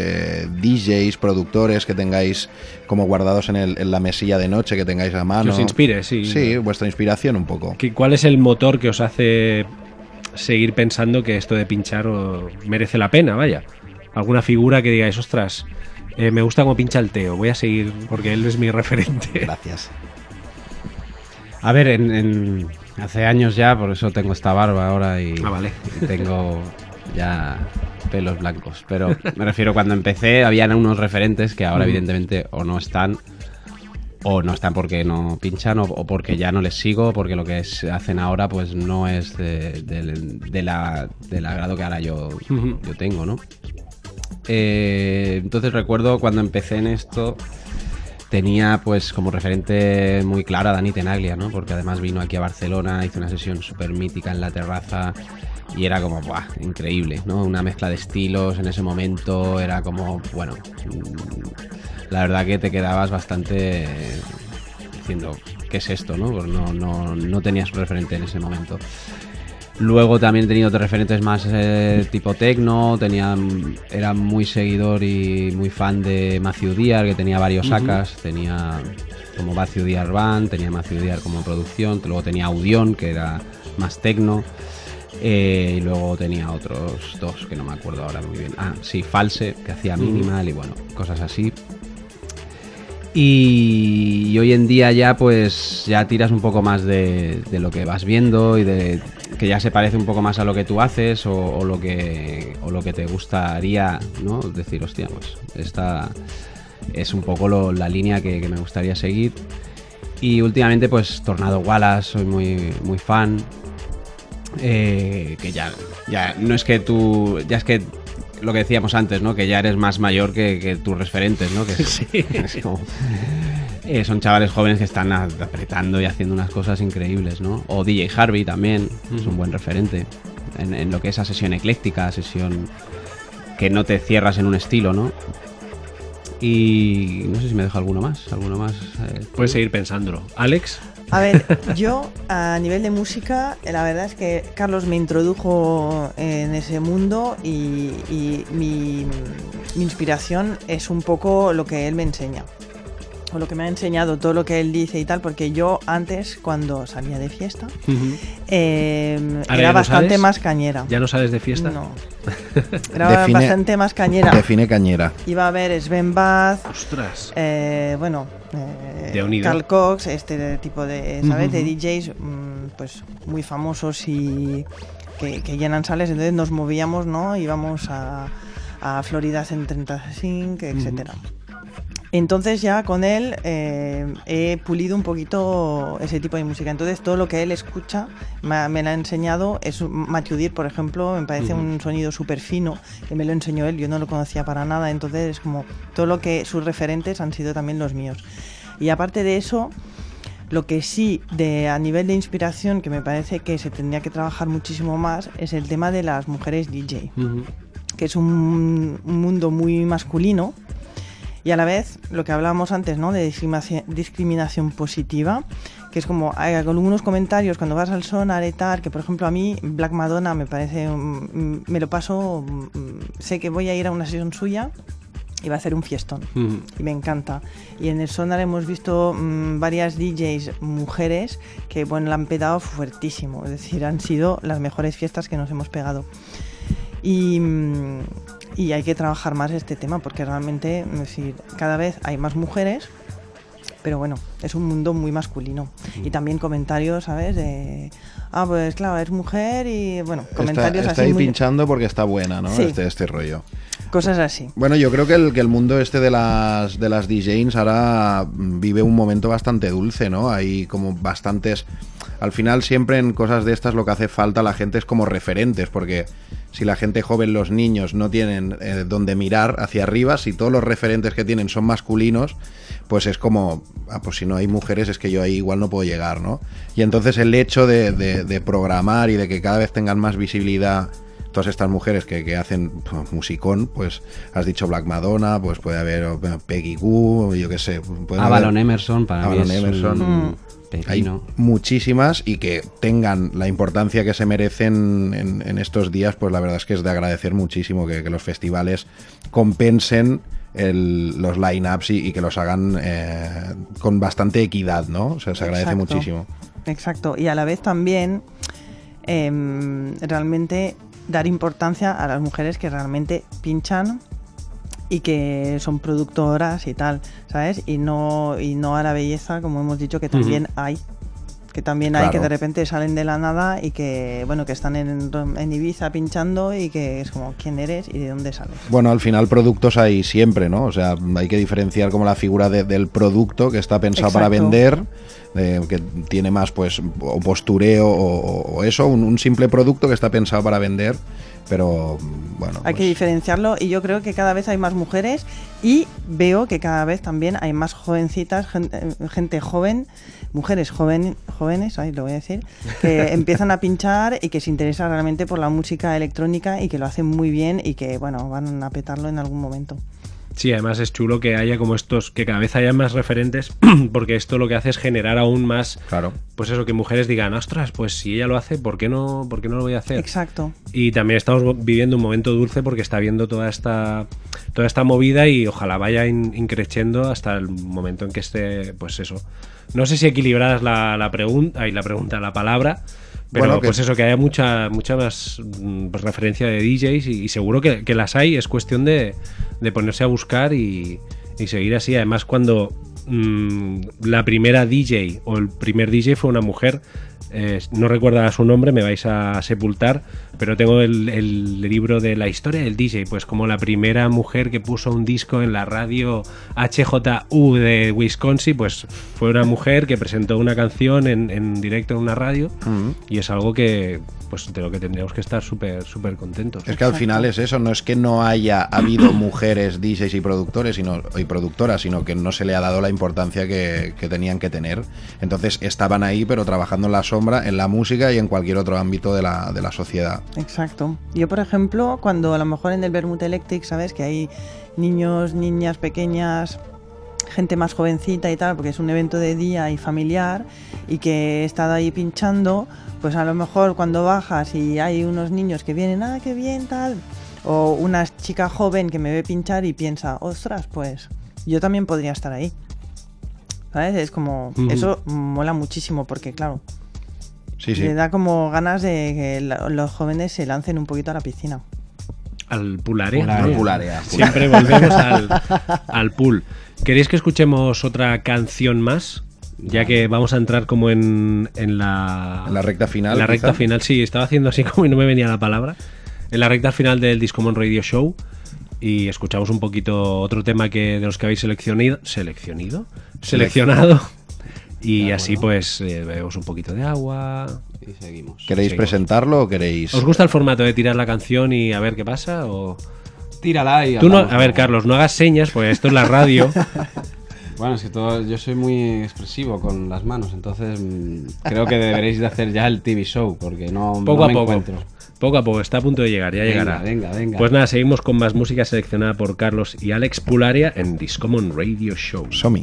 DJs, productores que tengáis como guardados en la mesilla de noche, que tengáis a mano. Que os inspire, sí. Sí, vuestra inspiración un poco. ¿Cuál es el motor que os hace seguir pensando que esto de pinchar merece la pena? Vaya. ¿Alguna figura que digáis, ostras, Me gusta cómo pincha el Teo. Voy a seguir porque él es mi referente. Gracias. A ver, hace años ya, por eso tengo esta barba ahora y, Vale. y tengo ya pelos blancos. Pero me refiero, cuando empecé habían unos referentes que ahora evidentemente o no están porque no pinchan o porque ya no les sigo, porque lo que hacen ahora pues no es del agrado que ahora yo tengo, ¿no? Entonces recuerdo cuando empecé en esto, tenía pues como referente muy clara a Dani Tenaglia, ¿no? Porque además vino aquí a Barcelona, hizo una sesión súper mítica en la terraza y era como, ¡buah!, increíble, ¿no? Una mezcla de estilos en ese momento, era como, bueno, la verdad que te quedabas bastante diciendo, ¿qué es esto?, ¿no? Porque no tenías un referente en ese momento. Luego también he tenido otros referentes más tipo techno, era muy seguidor y muy fan de Matthew Dear, que tenía varios AKs, tenía como Matthew Dear Band, tenía Matthew Dear como producción, luego tenía Audion, que era más techno, y luego tenía otros dos que no me acuerdo ahora muy bien. Ah, sí, False, que hacía minimal y bueno, cosas así. Y hoy en día ya pues ya tiras un poco más de lo que vas viendo y de que ya se parece un poco más a lo que tú haces o lo que te gustaría, ¿no? Decir, hostia, pues esta es un poco la línea que me gustaría seguir. Y últimamente pues Tornado Wallace, soy muy fan. Que ya no es que tú, ya es que lo que decíamos antes, ¿no? Que ya eres más mayor que tus referentes, ¿no? Que sí. Es como, son chavales jóvenes que están apretando y haciendo unas cosas increíbles, ¿no? O DJ Harvey también, es un buen referente en lo que es esa sesión ecléctica, sesión que no te cierras en un estilo, ¿no? Y no sé si me dejo alguno más. Puedes seguir pensándolo. ¿Alex? A ver, yo a nivel de música, la verdad es que Carlos me introdujo en ese mundo y mi inspiración es un poco lo que él me enseña. O lo que me ha enseñado, todo lo que él dice y tal, porque yo antes, cuando salía de fiesta, era bastante más cañera. ¿Ya no sales de fiesta? No. Era bastante más cañera. Define cañera. Iba a ver Sven Bath. ¡Ostras! Carl Cox, este tipo de, ¿sabes? De DJs pues muy famosos y que llenan sales. Entonces nos movíamos, ¿no? Íbamos a Florida Central Sync, etcétera. Entonces ya con él he pulido un poquito ese tipo de música. Entonces todo lo que él escucha me lo ha enseñado. Es Matthew Dear, por ejemplo, me parece un sonido súper fino, que me lo enseñó él, yo no lo conocía para nada. Entonces es como todo lo que sus referentes han sido también los míos. Y aparte de eso, lo que sí, a nivel de inspiración, que me parece que se tendría que trabajar muchísimo más, es el tema de las mujeres DJ, que es un mundo muy masculino. Y a la vez, lo que hablábamos antes, ¿no? De discriminación positiva, que es como hay algunos comentarios cuando vas al Sonar y tal, que por ejemplo a mí Black Madonna me parece, me lo paso, sé que voy a ir a una sesión suya y va a hacer un fiestón, y me encanta. Y en el Sonar hemos visto varias DJs mujeres que, bueno, la han pegado fuertísimo, es decir, han sido las mejores fiestas que nos hemos pegado. Y hay que trabajar más este tema porque realmente, es decir, cada vez hay más mujeres, pero bueno, es un mundo muy masculino. Y también comentarios, ¿sabes? De, pues claro, es mujer y bueno, comentarios está así ahí muy... pinchando porque está buena, ¿no? Sí. Este rollo. Cosas así. Bueno, yo creo que el mundo este de las DJs ahora vive un momento bastante dulce, ¿no? Hay como bastantes... Al final siempre en cosas de estas lo que hace falta a la gente es como referentes, porque si la gente joven, los niños, no tienen donde mirar hacia arriba, si todos los referentes que tienen son masculinos, pues es como, pues si no hay mujeres es que yo ahí igual no puedo llegar, ¿no? Y entonces el hecho de programar y de que cada vez tengan más visibilidad todas estas mujeres que hacen musicón, pues has dicho Black Madonna, pues puede haber Peggy Goo, yo qué sé. Avalon Emerson, para mí es Emerson. Hay muchísimas y que tengan la importancia que se merecen en estos días, pues la verdad es que es de agradecer muchísimo que los festivales compensen los line-ups y que los hagan con bastante equidad, ¿no? O sea, se agradece muchísimo. Exacto, y a la vez también realmente dar importancia a las mujeres que realmente pinchan y que son productoras y tal, ¿sabes? Y no a la belleza, como hemos dicho, que también hay. Que también hay, que de repente salen de la nada y que, bueno, que están en Ibiza pinchando y que es como, ¿quién eres y de dónde sales? Bueno, al final productos hay siempre, ¿no? O sea, hay que diferenciar como la figura del producto que está pensado para vender, que tiene más, pues, o postureo o eso, un simple producto que está pensado para vender, pero bueno. Hay que diferenciarlo y yo creo que cada vez hay más mujeres y veo que cada vez también hay más jovencitas, gente joven, mujeres jóvenes, ahí lo voy a decir, que empiezan a pinchar y que se interesan realmente por la música electrónica y que lo hacen muy bien y que, bueno, van a petarlo en algún momento. Sí, además es chulo que haya como estos, que cada vez haya más referentes, porque esto lo que hace es generar aún más, claro, pues eso, que mujeres digan, ostras, pues si ella lo hace, ¿por qué no lo voy a hacer? Exacto. Y también estamos viviendo un momento dulce porque está viendo toda esta movida y ojalá vaya increciendo hasta el momento en que esté, pues eso. No sé si equilibradas la palabra, pero bueno, pues eso, que haya mucha más pues, referencia de DJs y seguro que las hay, es cuestión de ponerse a buscar y seguir así. Además, cuando la primera DJ o el primer DJ fue una mujer, no recuerdo su nombre, me vais a sepultar, pero tengo el libro de la historia del DJ, pues como la primera mujer que puso un disco en la radio HJU de Wisconsin, pues fue una mujer que presentó una canción en directo en una radio, y es algo que, pues de lo que tendríamos que estar súper contentos. Es que al final es eso, no es que no haya habido mujeres DJs y productores y productoras, sino que no se le ha dado la importancia que tenían que tener. Entonces estaban ahí, pero trabajando en la sombra, en la música y en cualquier otro ámbito de la sociedad. Exacto. Yo, por ejemplo, cuando a lo mejor en el Vermouth Electric, ¿sabes? Que hay niños, niñas pequeñas, gente más jovencita y tal, porque es un evento de día y familiar, y que he estado ahí pinchando, pues a lo mejor cuando bajas y hay unos niños que vienen, qué bien, tal, o una chica joven que me ve pinchar y piensa, ostras, pues yo también podría estar ahí, ¿sabes? Es como, eso mola muchísimo porque, claro, sí. le da como ganas de que los jóvenes se lancen un poquito a la piscina. Al pool area. Al pool area. Siempre volvemos al pool. ¿Queréis que escuchemos otra canción más? Ya que vamos a entrar como en la recta final. En la recta final, sí, estaba haciendo así como y no me venía la palabra. En la recta final del Discommon Radio Show. Y escuchamos un poquito otro tema de los que habéis seleccionado. Y así pues bebemos un poquito de agua y seguimos. ¿Queréis presentarlo o queréis...? ¿Os gusta el formato de tirar la canción y a ver qué pasa? O... Tírala y... Tú no, a ver, Carlos, no hagas señas, pues esto es la radio. Bueno, es que yo soy muy expresivo con las manos, entonces creo que deberéis de hacer ya el TV show, porque no me encuentro. Poco a poco, está a punto de llegar, ya llegará. Venga. Pues nada, seguimos con más música seleccionada por Carlos y Alex Pool Area en Discommon Radio Show. Somi.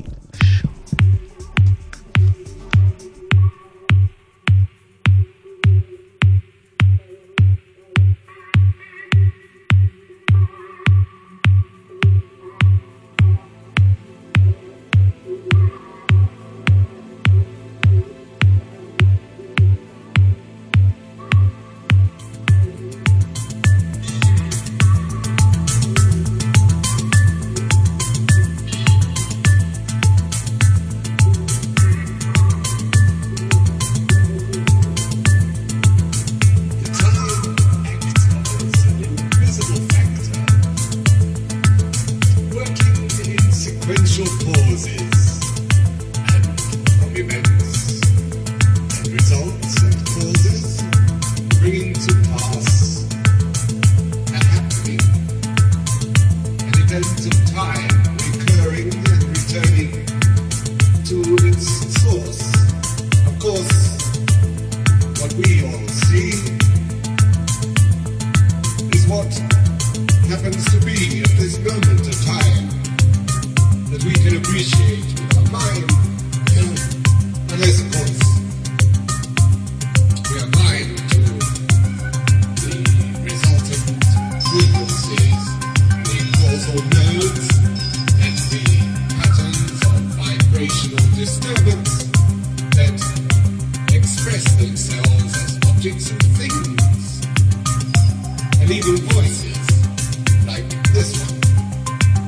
And even voices like this one.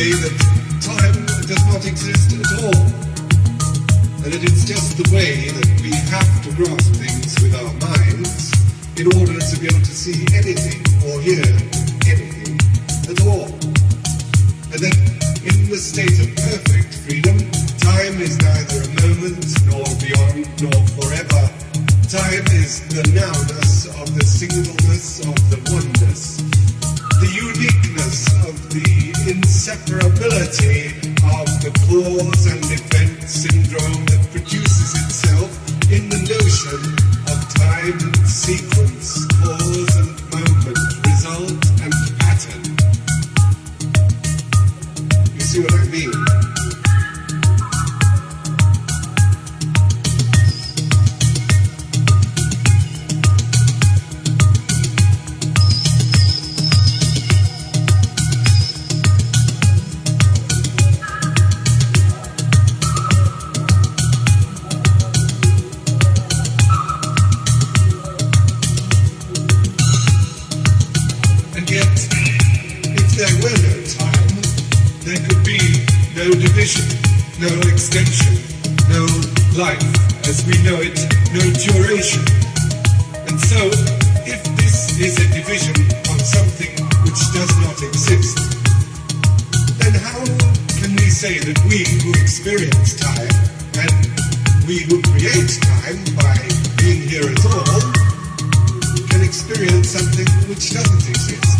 say that time does not exist at all, and that it's just the way that we have to grasp things with our minds in order to be able to see anything or hear anything at all. And that in the state of perfect freedom, time is neither a moment, nor beyond, nor forever. Time is the nowness of the singleness of the oneness, the uniqueness of the inseparability of the cause and event syndrome that produces itself in the notion of time, sequence, cause and moment, result and pattern. You see what I mean? No extension, no life as we know it, no duration. And so, if this is a division of something which does not exist, then how can we say that we who experience time, and we who create time by being here at all, can experience something which doesn't exist?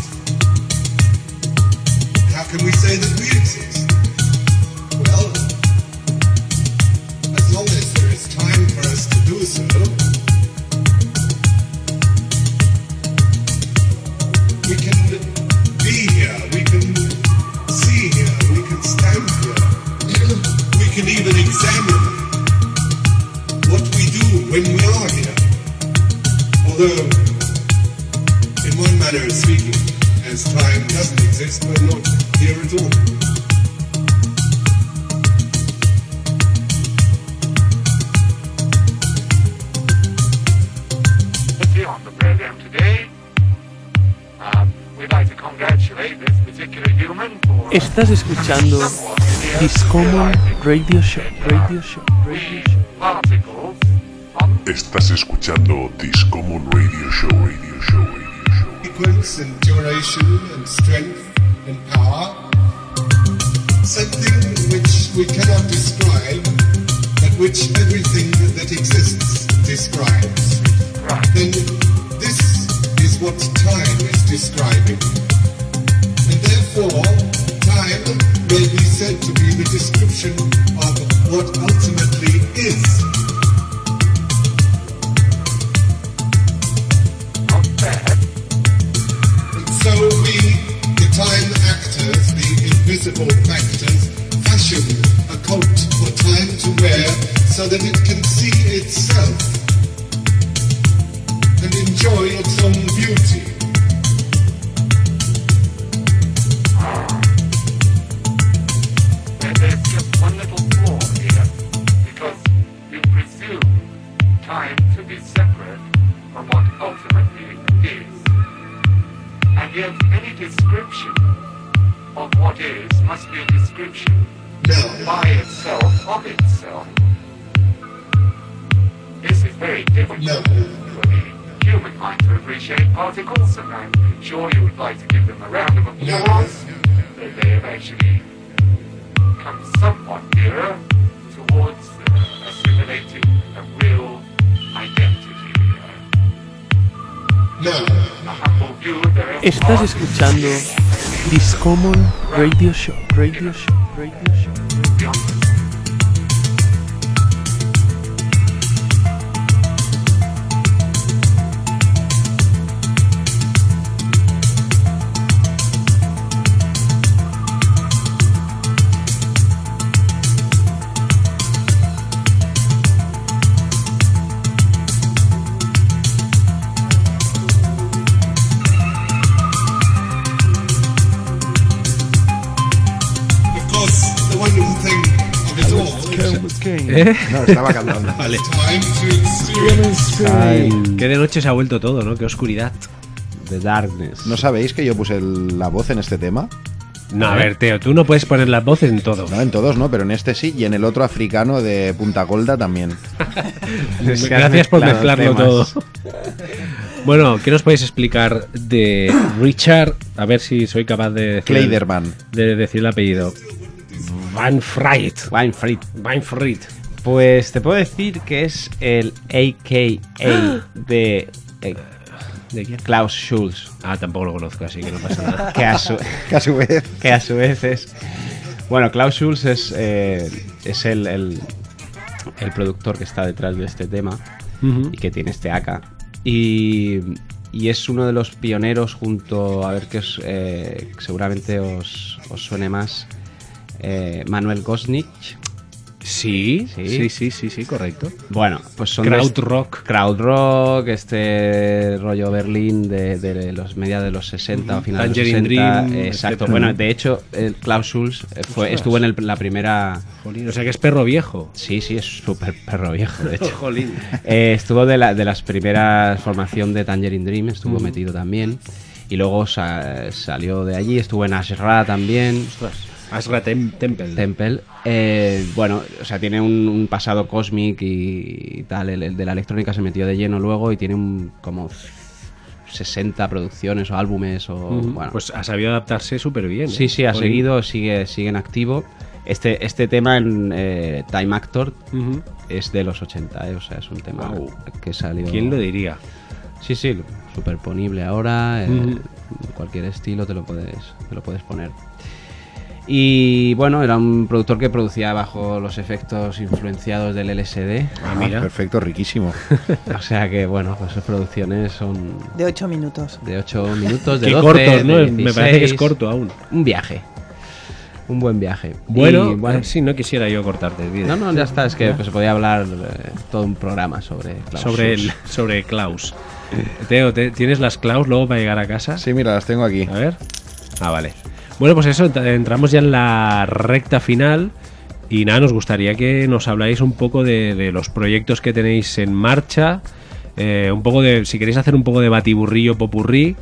How can we say that we exist? Well, as long as there is time for us to do so, we can be here, we can see here, we can stand here, we can even examine what we do when we are here. Although, in one manner of speaking, as time doesn't exist, we're not here at all. On the program today, we'd like to congratulate this particular human for Estás escuchando Discommon Radio Show. particles on Estás escuchando Discommon Radio Show. Sequence and duration and strength and power, something which we cannot describe, but which everything that exists describes. Then this is what time is describing. And therefore, time may be said to be the description of what ultimately is. And so we, the time actors, the invisible factors, fashion a coat for time to wear so that it can see itself and enjoy its own beauty. there's just one little flaw here, because you presume time to be separate from what ultimately is. And yet any description of what is must be a description by itself, of itself. This is very difficult for the human mind to appreciate particles, and I'm sure you would like to give them a round of applause that they have actually come somewhat nearer towards assimilating a real identity. A humble view of their own Estás escuchando Discommon Radio Show. No, estaba cantando. Vale. Time to experience. Ay, Qué de noche se ha vuelto todo, ¿no? Qué oscuridad. The Darkness. ¿No sabéis que yo puse la voz en este tema? No, a ver, Teo, tú no puedes poner las voces en todo. No, en todos no, pero en este sí, y en el otro africano de Punta Golda también. Gracias por mezclarlo todo. Bueno, ¿qué nos podéis explicar de Richard? A ver si soy capaz de decir, Kleiderman. de decir el apellido. Van Fried. Pues te puedo decir que es el AKA de ¿De quién? Klaus Schulze, Ah, tampoco lo conozco, así que no pasa nada. que a su, Que a su vez. que a su vez es... Bueno, Klaus Schulze es el productor que está detrás de este tema y que tiene este AK. Y es uno de los pioneros junto, a ver que seguramente os suene más, Manuel Gosnich. Sí, Sí. sí, correcto. Bueno, pues son Krautrock. este rollo Berlín de los mediados de los 60 o finales de los Tangerine 60. Dream, Exacto. etcétera. Bueno, de hecho, el Klaus Schulze estuvo en la primera... Jolín, o sea que es perro viejo. Sí, es súper perro viejo, de hecho. Jolín. Estuvo de las primeras formación de Tangerine Dream, estuvo metido también. Y luego salió de allí, estuvo en Ashra también. Ashra Temple. Bueno, o sea, tiene un pasado cósmic y tal. El de la electrónica se metió de lleno luego y tiene como 60 producciones o álbumes o bueno. Pues ha sabido adaptarse súper bien. Sí, ha Jolín. seguido, sigue en activo. Este tema en Time Actor es de los 80, o sea, es un tema Guau. que salió... ¿Quién lo diría? Sí, superponible ahora, cualquier estilo te lo puedes poner. Y bueno, era un productor que producía bajo los efectos influenciados del LSD. Ah, mira. Perfecto, riquísimo. O sea que bueno, pues sus producciones son De 8 minutos. de 8 minutos, de Qué 12, cortos, ¿no? de Me parece que es 16. corto aún. Un viaje. Un buen viaje. Bueno, Y, sí, no quisiera yo cortarte el vídeo. No, ya está, es que pues, se podía hablar todo un programa sobre Klaus Schulze. Sobre Klaus. Teo, ¿tienes las Klaus luego para llegar a casa? Sí, mira, las tengo aquí. A ver. Ah, vale. Bueno, pues eso, entramos ya en la recta final y nada, nos gustaría que nos habláis un poco de los proyectos que tenéis en marcha, un poco de, si queréis hacer un poco de batiburrillo popurrí,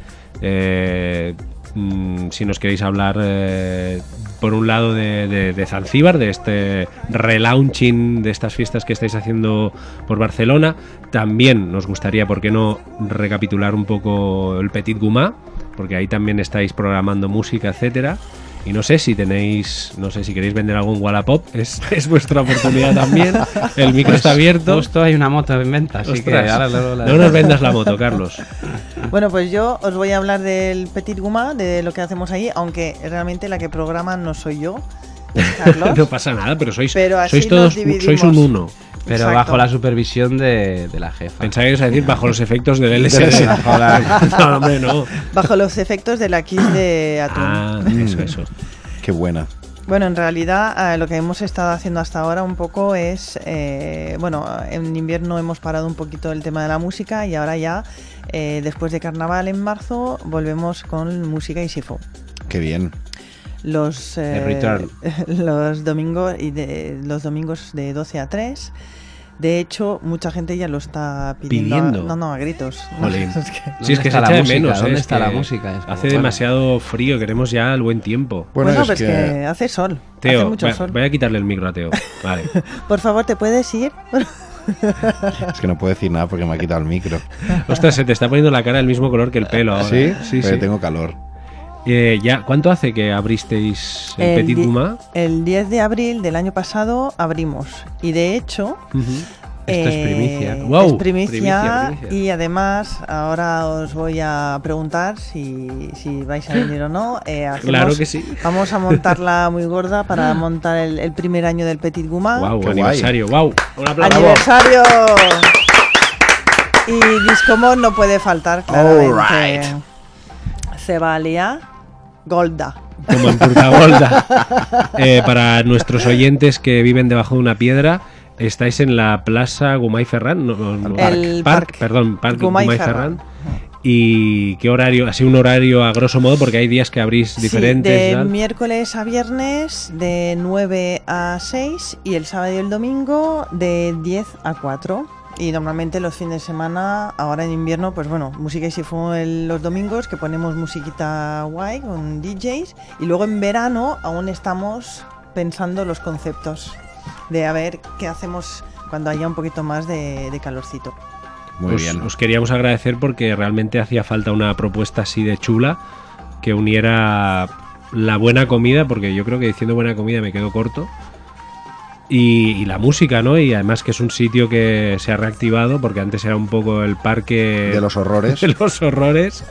si nos queréis hablar por un lado de Zanzíbar, de este relaunching de estas fiestas que estáis haciendo por Barcelona. También nos gustaría, ¿por qué no?, recapitular un poco el Petit Goumar, porque ahí también estáis programando música, etcétera. Y no sé si tenéis, no sé si queréis vender algún Wallapop, es vuestra oportunidad también. El micro está abierto. Justo hay una moto en venta, así Ostras, que ahora luego no nos vendas la moto, Carlos. Bueno, pues yo os voy a hablar del Petit Goumar, de lo que hacemos ahí, aunque realmente la que programa no soy yo, es Carlos. No pasa nada, pero sois Pero así todos, nos dividimos. sois un uno. Pero Exacto. bajo la supervisión de la jefa. Pensaba que ibas a decir bajo los efectos del LSD. No, hombre, no. Bajo los efectos de la Kiss de Atún. Ah, eso. Qué buena. Bueno, en realidad lo que hemos estado haciendo hasta ahora un poco es, bueno, en invierno hemos parado un poquito el tema de la música y ahora ya, después de Carnaval en marzo, volvemos con música y sifo. Qué bien. Los return. los domingos los domingos de 12 a 3. De hecho, mucha gente ya lo está pidiendo. Pidiendo. A gritos. Jolín. Es que- Sí, es que se está echa la de música? menos. ¿Dónde es está que la música? Es como, hace bueno. demasiado frío, queremos ya el buen tiempo. Bueno, es pues que hace sol. Teo, hace mucho sol. voy a quitarle el micro a Teo. Vale. Por favor, ¿te puedes ir? Es que no puedo decir nada porque me ha quitado el micro. Ostras, se te está poniendo la cara del mismo color que el pelo ahora. ¿Sí? Sí, Pero sí. tengo calor. Ya, ¿cuánto hace que abristeis el Petit Goumar? El 10 de abril del año pasado abrimos. Y de hecho... Esto es primicia. Guau, es primicia, primicia. y además ahora os voy a preguntar si vais a venir o no. Claro que sí. Vamos a montarla muy gorda para montar el primer año del Petit Goumar. Wow, Qué aniversario, wow. Un aplauso. ¡Aniversario! Y Discomon no puede faltar, claramente. Alright. Cebalia Golda. Como en Purtagolda. Para nuestros oyentes que viven debajo de una piedra, estáis en la Plaza Gumay Ferran. El parc. Perdón, Parc Gumay Gumay Ferran. Ferran. ¿Y qué horario? Así un horario a grosso modo, porque hay días que abrís diferentes. Sí, de ¿tal? miércoles a viernes de 9 a 6 y el sábado y el domingo de 10 a 4. Y normalmente los fines de semana, ahora en invierno, pues bueno, música y sifón los domingos, que ponemos musiquita guay con DJs. Y luego en verano aún estamos pensando los conceptos de a ver qué hacemos cuando haya un poquito más de calorcito. Muy bien. Os queríamos agradecer porque realmente hacía falta una propuesta así de chula que uniera la buena comida, porque yo creo que diciendo buena comida me quedo corto. Y la música, ¿no? Y además que es un sitio que se ha reactivado, porque antes era un poco el parque De los horrores. de los horrores.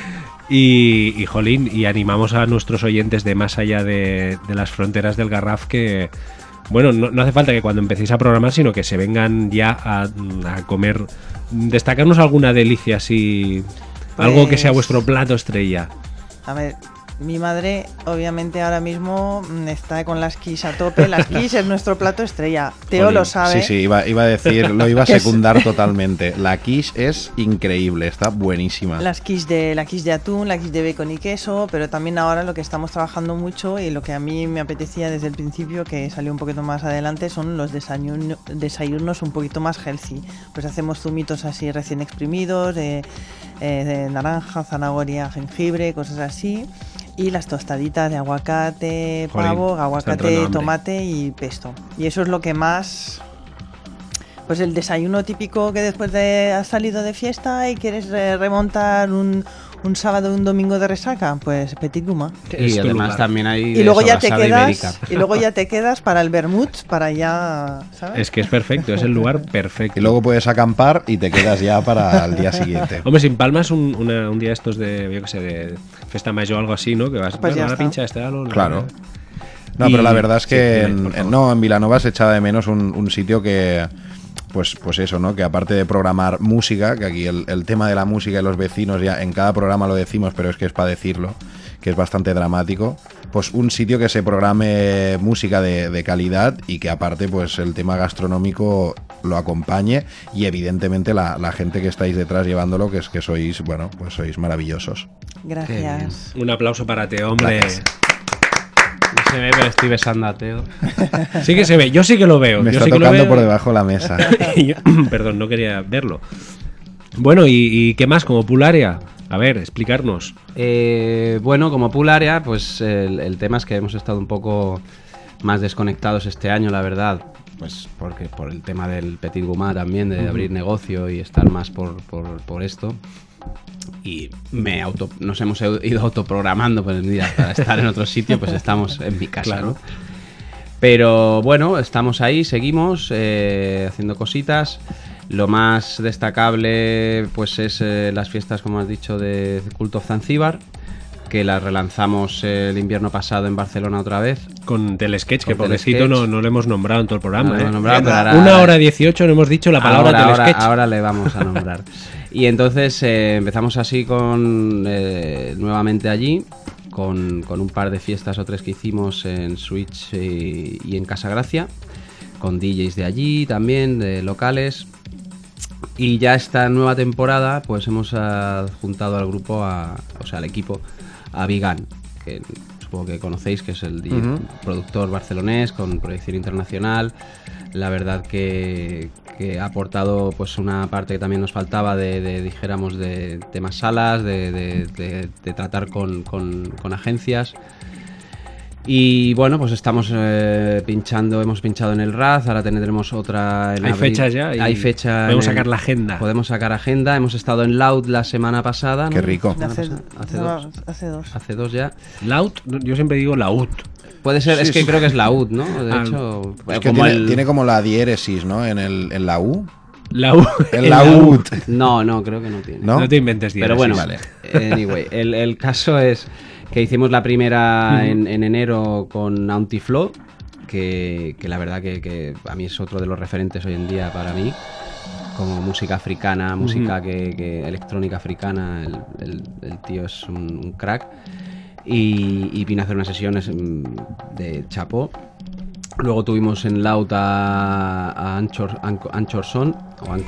Y jolín, y animamos a nuestros oyentes de más allá de las fronteras del Garraf que, bueno, no hace falta que cuando empecéis a programar, sino que se vengan ya a comer. Destacarnos alguna delicia, así, algo que sea vuestro plato estrella. A ver, mi madre obviamente ahora mismo está con las quiche a tope. Las quiche es nuestro plato estrella. Teo lo sabe. Sí, iba a decir, lo iba a secundar totalmente. La quiche es increíble, está buenísima. La quiche de atún, la quiche de bacon y queso, pero también ahora lo que estamos trabajando mucho y lo que a mí me apetecía desde el principio, que salió un poquito más adelante, son los desayunos un poquito más healthy. Pues hacemos zumitos así recién exprimidos, de naranja, zanahoria, jengibre, cosas así. Y las tostaditas de aguacate, pavo, Jolín, aguacate, tomate y pesto. Y eso es lo que más... Pues el desayuno típico que después de has salido de fiesta y quieres remontar un sábado o un domingo de resaca, pues petit gourmand. Y además también hay Y luego ya te sobrasada quedas ibérica. y luego ya te quedas para el vermut, para ya, ¿sabes? Es que es perfecto, es el lugar perfecto. Y luego puedes acampar y te quedas ya para el día siguiente. Hombre, sin palmas un día estos de, yo qué sé, de festa mayor o algo así, ¿no? Que vas Pues ya a la está. pincha este algo. Claro. No, Y- pero la verdad es que sí, por favor. en Vilanova se echaba de menos un sitio que, pues eso, ¿no? Que aparte de programar música, que aquí el tema de la música y los vecinos ya en cada programa lo decimos, pero es que es para decirlo, que es bastante dramático, pues un sitio que se programe música de calidad y que aparte pues el tema gastronómico lo acompañe y evidentemente la gente que estáis detrás llevándolo, que es que sois, bueno, pues sois maravillosos. Gracias. Un aplauso para Teo, hombre. Gracias. No se ve, pero estoy besando a Teo. Sí que se ve, yo sí que lo veo. Me yo está sí que lo tocando veo. por debajo de la mesa. Y yo- perdón, no quería verlo. Bueno, ¿y qué más como Pularia? A ver, explicarnos. Bueno, como Pool Area, pues el tema es que hemos estado un poco más desconectados este año, la verdad. Pues porque por el tema del Petit Gourmand también, de abrir negocio y estar más por esto. Y nos hemos ido autoprogramando pues, mira, para estar en otro sitio, pues estamos en mi casa, Claro. ¿no? Pero bueno, estamos ahí, seguimos haciendo cositas. Lo más destacable pues es las fiestas, como has dicho, de Cult of Zanzíbar, que las relanzamos el invierno pasado en Barcelona otra vez. Con Telesketch, que Con pobrecito Telesketch. no lo hemos nombrado en todo el programa. No lo ¿eh? hemos nombrado, pero ahora- 1 hora 18 no hemos dicho la palabra Telesketch. Ahora le vamos a nombrar. Y entonces empezamos así con nuevamente allí, con un par de fiestas o tres que hicimos en Switch y en Casa Gracia, con DJs de allí también, de locales. Y ya esta nueva temporada, pues hemos juntado al grupo, al equipo, a Vigan, que supongo que conocéis, que es el productor barcelonés con proyección internacional. La verdad que ha aportado pues una parte que también nos faltaba dijéramos, de temas salas, de tratar con agencias. Y bueno, pues estamos hemos pinchado en el Raz, ahora tendremos otra en Hay abril. fechas ya y Hay fecha. podemos en sacar la agenda. Podemos sacar agenda. Hemos estado en Loud la semana pasada, ¿no? Qué rico. Hace dos. Hace dos ya. Laut, yo siempre digo Laut. Puede ser, Sí, es que sí. creo que es la UD, ¿no? De Ah, hecho, Es que tiene como la diéresis, ¿no? En la U. Laut. En la U. No, creo que no tiene. ¿No? No te inventes Pero diéresis. bueno, anyway, el caso es que hicimos la primera en enero con Auntiflow, que la verdad que a mí es otro de los referentes hoy en día para mí, como música africana, música que electrónica africana, el tío es un crack. Y vine a hacer unas sesiones de chapó. Luego tuvimos en Loud a Anchorson,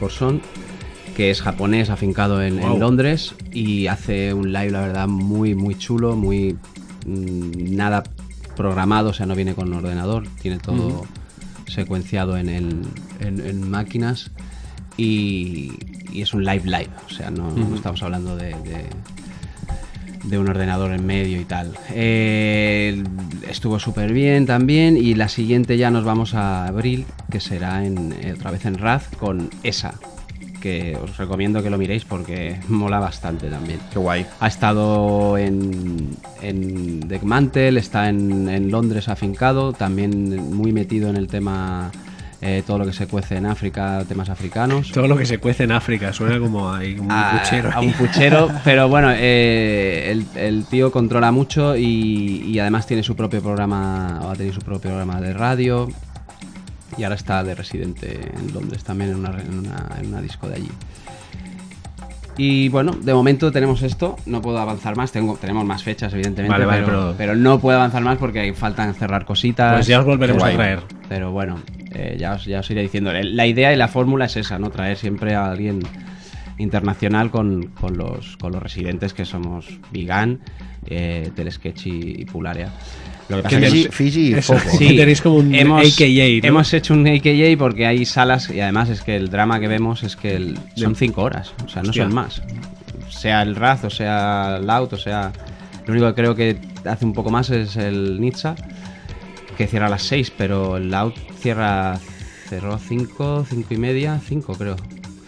que es japonés, afincado en Londres, y hace un live, la verdad, muy muy chulo, muy nada programado, o sea, no viene con ordenador, tiene todo secuenciado en máquinas. y es un live, o sea, no estamos hablando de un ordenador en medio y tal. Estuvo súper bien también, y la siguiente ya nos vamos a abril, que será otra vez en Raz con ESA, que os recomiendo que lo miréis porque mola bastante también. Qué guay. Ha estado en Deckmantel, está en Londres afincado, también muy metido en el tema, todo lo que se cuece en África, temas africanos. Todo lo que se cuece en África, suena como a un puchero. A un puchero, pero bueno, el tío controla mucho y además tiene su propio programa, o ha tenido su propio programa de radio. Y ahora está de residente en Londres también, en una disco de allí. Y bueno, de momento tenemos esto, no puedo avanzar más, tenemos más fechas evidentemente, pero no puedo avanzar más porque faltan cerrar cositas. Pues ya os volveremos a traer. Pero bueno, ya os iré diciendo. La idea y la fórmula es esa, ¿no? Traer siempre a alguien internacional con los residentes, que somos Vigan, Telesketch y Pularea. Lo que pasa es que Fiji y eso, Foco. sí, tenéis como un AKA, ¿no? Hemos hecho un AKA porque hay salas, y además es que el drama que vemos es que son 5 horas, o sea, no son más. Sea el Raz, o sea Loud, o sea... Lo único que creo que hace un poco más es el Nizza, que cierra a las 6, pero el Loud cerró 5 y media, 5 creo.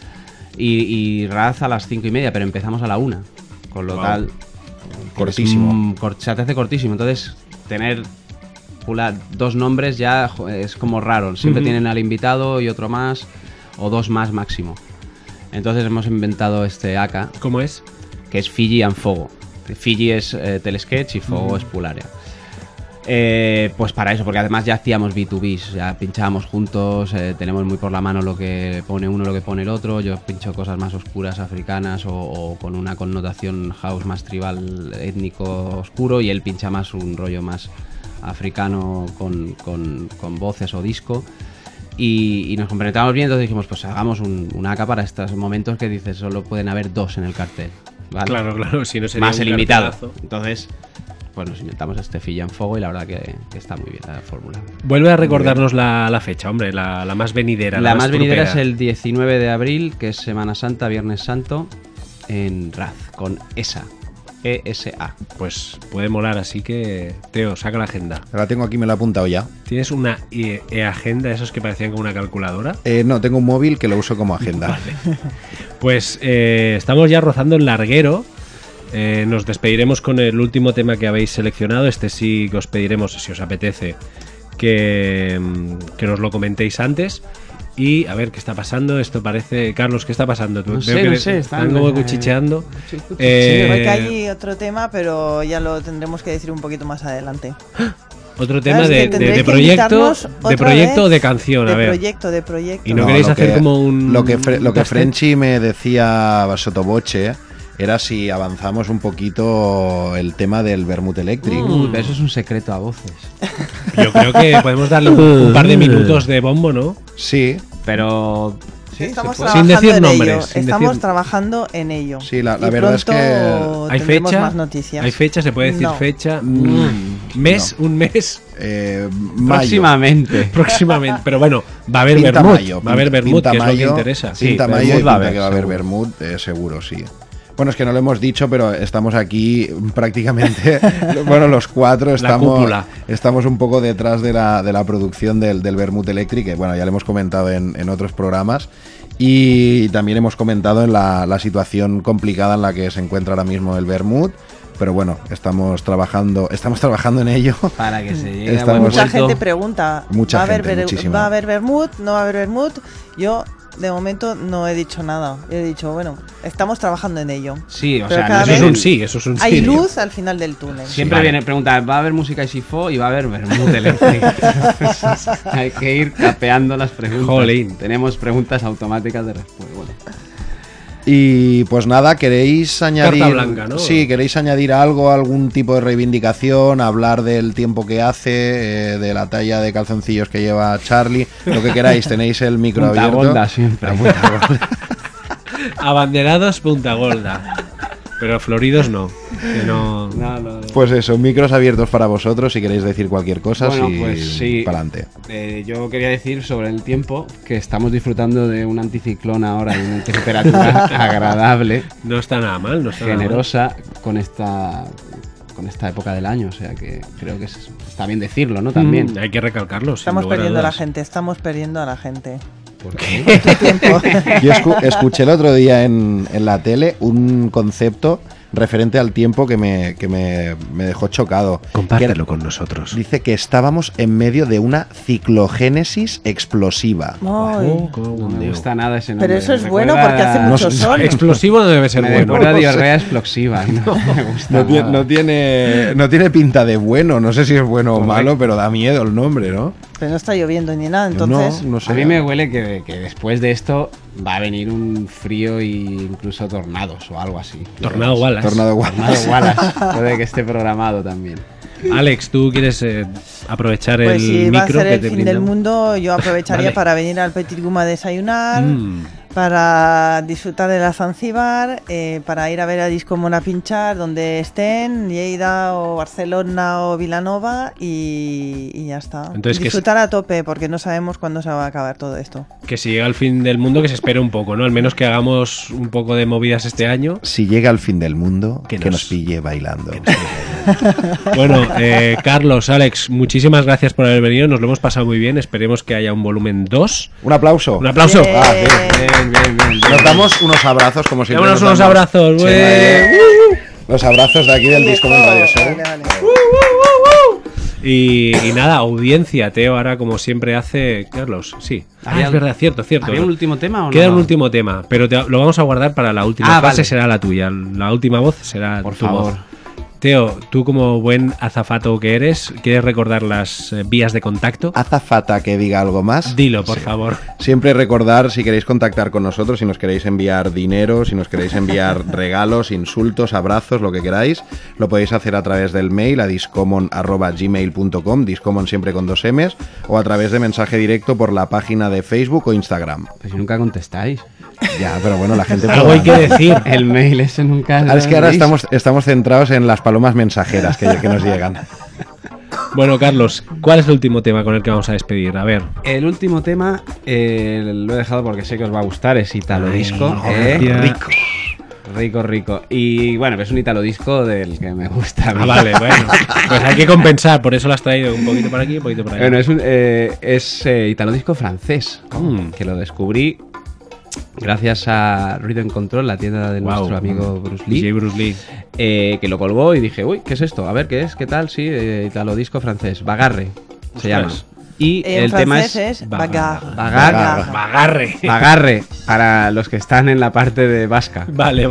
Y Raz a las 5 y media, pero empezamos a la 1, con lo tal... Cortísimo. Se te hace cortísimo, entonces... Tener 2 nombres ya es como raro. Siempre tienen al invitado y otro más, o 2 más máximo. Entonces hemos inventado este AK. ¿Cómo es? Que es Fiji and Fogo. Fiji es Telesketch y Fogo es Pularea. Pues para eso, porque además ya hacíamos B2Bs, ya pinchábamos juntos, tenemos muy por la mano lo que pone uno, lo que pone el otro. Yo pincho cosas más oscuras africanas o con una connotación house más tribal, étnico, oscuro, y él pincha más un rollo más africano con voces o disco. Y nos complementamos bien, entonces dijimos, pues hagamos un AK para estos momentos que dices, solo pueden haber 2 en el cartel, ¿vale? Claro, si no sería más un el invitado. cartelazo. Entonces... pues nos inventamos este Fiji and Fogo y la verdad que está muy bien la fórmula. Vuelve a recordarnos la fecha, hombre, la más venidera. La más venidera es el 19 de abril, que es Semana Santa, Viernes Santo, en Raz, con ESA. ESA. Pues puede molar, así que, Teo, saca la agenda. La tengo aquí, me la he apuntado ya. ¿Tienes una agenda, esos que parecían como una calculadora? No, tengo un móvil que lo uso como agenda. Vale. Pues estamos ya rozando el larguero. Nos despediremos con el último tema que habéis seleccionado. Este sí que os pediremos, si os apetece, que nos lo comentéis antes. Y a ver qué está pasando. Esto parece... Carlos, ¿qué está pasando? No sé, están como cuchicheando. Creo que hay otro tema, pero ya lo tendremos que decir un poquito más adelante. Otro tema ¿Sabes? de proyecto, o de canción, a ver. De proyecto. Y no queréis hacer como un... Lo que Frenchy me decía sottovoce era si avanzamos un poquito el tema del Vermut Electric. Pero eso es un secreto a voces. Yo creo que podemos darle un par de minutos de bombo, ¿no? Sí. Pero... Sí, estamos sin decir nombres. Estamos trabajando en ello. Sí, la verdad es que... ¿Hay fecha? Más noticias. ¿Hay fecha? ¿Se puede decir fecha? ¿Mes? No. ¿Un mes? Mayo. Próximamente. Pero bueno, va a haber Pinta Vermut. mayo, Va a haber Vermut, que es lo que interesa. Pinta Sí, mayo y Vermut va a pinta haber, que va a haber seguro. Vermut, seguro, sí. Bueno, es que no lo hemos dicho, pero estamos aquí prácticamente, bueno, los 4 estamos un poco detrás de la producción del Vermut Electric, que bueno, ya lo hemos comentado en otros programas, y también hemos comentado en la situación complicada en la que se encuentra ahora mismo el Vermut. Pero bueno, estamos trabajando en ello. Para que se llegue a Estamos- buen Mucha puerto. gente pregunta, Mucha ¿va a gente, muchísima. ¿va a haber Vermut? ¿No va a haber Vermut? Yo, de momento, no he dicho nada. He dicho, bueno, estamos trabajando en ello. Sí, o Pero sea, cada no Eso es vez un sí, eso es un sí. Hay luz al final del túnel. siempre vale. viene pregunta, ¿va a haber música y sifo? Y va a haber Vermut Electric. Hay que ir capeando las preguntas. Jolín. Tenemos preguntas automáticas de respuesta. Bueno. Y pues nada, ¿queréis añadir? Carta blanca, ¿no? Sí, ¿queréis añadir algo, algún tipo de reivindicación, hablar del tiempo que hace, de la talla de calzoncillos que lleva Charlie? Lo que queráis, tenéis el micro Punta abierto. Golda siempre. La Punta Golda. Abanderados Punta Golda. Pero floridos no. Que no... Pues eso, micros abiertos para vosotros si queréis decir cualquier cosa. Bueno, pues sí. Para adelante. Yo quería decir sobre el tiempo que estamos disfrutando de un anticiclón ahora y una temperatura agradable, No está nada mal, no está nada mal. generosa con esta época del año, o sea que creo que está bien decirlo, ¿no? También. Hay que recalcarlo. sin Estamos lugar perdiendo a la dudas. gente, estamos perdiendo a la gente. ¿Por qué? Tu tiempo. Yo escuché el otro día en la tele un concepto referente al tiempo que me dejó chocado. Compártelo con nosotros. Dice que estábamos en medio de una ciclogénesis explosiva. Ay. No me gusta nada ese nombre. Pero eso es Me bueno recuerda- porque hace mucho sol. Explosivo no debe ser Me bueno. recuerda a diarrea explosiva. y No, me gusta nada. No tiene pinta de bueno. No sé si es bueno o malo, pero da miedo el nombre, ¿no? Pero no está lloviendo ni nada, entonces. No sé. A mí me huele que después de esto va a venir un frío e incluso tornados o algo así. Tornado Wallace. Tornado Wallace. Tornado Wallace. Puede que esté programado también. Alex, ¿tú quieres aprovechar Pues el si va a micro ser que el te fin del brindamos? mundo, yo aprovecharía Vale. para venir al Petit Gum a desayunar, Mm. para disfrutar de la Zanzíbar, para ir a ver a Discomon a pinchar donde estén, Lleida o Barcelona o Vilanova y ya está. Entonces, disfrutar a tope porque no sabemos cuándo se va a acabar todo esto. Que si llega el fin del mundo, que se espere un poco, ¿no? Al menos que hagamos un poco de movidas este año. Si llega el fin del mundo, Que que nos- nos pille bailando. Bueno, Carlos, Alex, muchísimas gracias por haber venido. Nos lo hemos pasado muy bien. Esperemos que haya un volumen 2. Un aplauso. Un aplauso. Bien. Ah, bien. Nos damos unos abrazos como siempre. Démonos nos unos damos. abrazos, Sí, güey. Los abrazos de aquí del Discomon Radio Show. Vale, vale. Y nada, audiencia, Teo, ahora como siempre hace Carlos. Sí, es verdad, cierto. ¿Había un último tema o no? Queda un último tema, pero lo vamos a guardar para la última Ah, frase, vale. será la tuya. La última voz será Por tu favor. voz. Teo, tú como buen azafato que eres, ¿quieres recordar las vías de contacto? Azafata que diga algo más. Dilo, por favor. Siempre recordar, si queréis contactar con nosotros, si nos queréis enviar dinero, si nos queréis enviar regalos, insultos, abrazos, lo que queráis, lo podéis hacer a través del mail a discommon@gmail.com, discommon siempre con 2 M's, o a través de mensaje directo por la página de Facebook o Instagram. Pues si nunca contestáis. Ya, pero bueno, la gente... Algo hay que decir. El mail ese nunca... Es que ahora ¿veis? estamos centrados en las palomas mensajeras que nos llegan. Bueno, Carlos, ¿cuál es el último tema con el que vamos a despedir? A ver. El último tema lo he dejado porque sé que os va a gustar, es Italo Disco. Rico. Y bueno, es un Italo Disco del que me gusta. a mí. Ah, vale, bueno. Pues hay que compensar, por eso lo has traído un poquito por aquí y un poquito por allá. Bueno, es Italo Disco francés, que lo descubrí gracias a Rhythm Control, la tienda de nuestro amigo Bruce Lee. DJ Bruce Lee. Que lo colgó y dije, uy, ¿qué es esto? A ver, ¿qué es? ¿Qué tal? Sí, Italo Disco francés, Bagarre se llama. Y En el tema francés es bagarre. Bagarre. Bagarre, para los que están en la parte de vasca. Vale.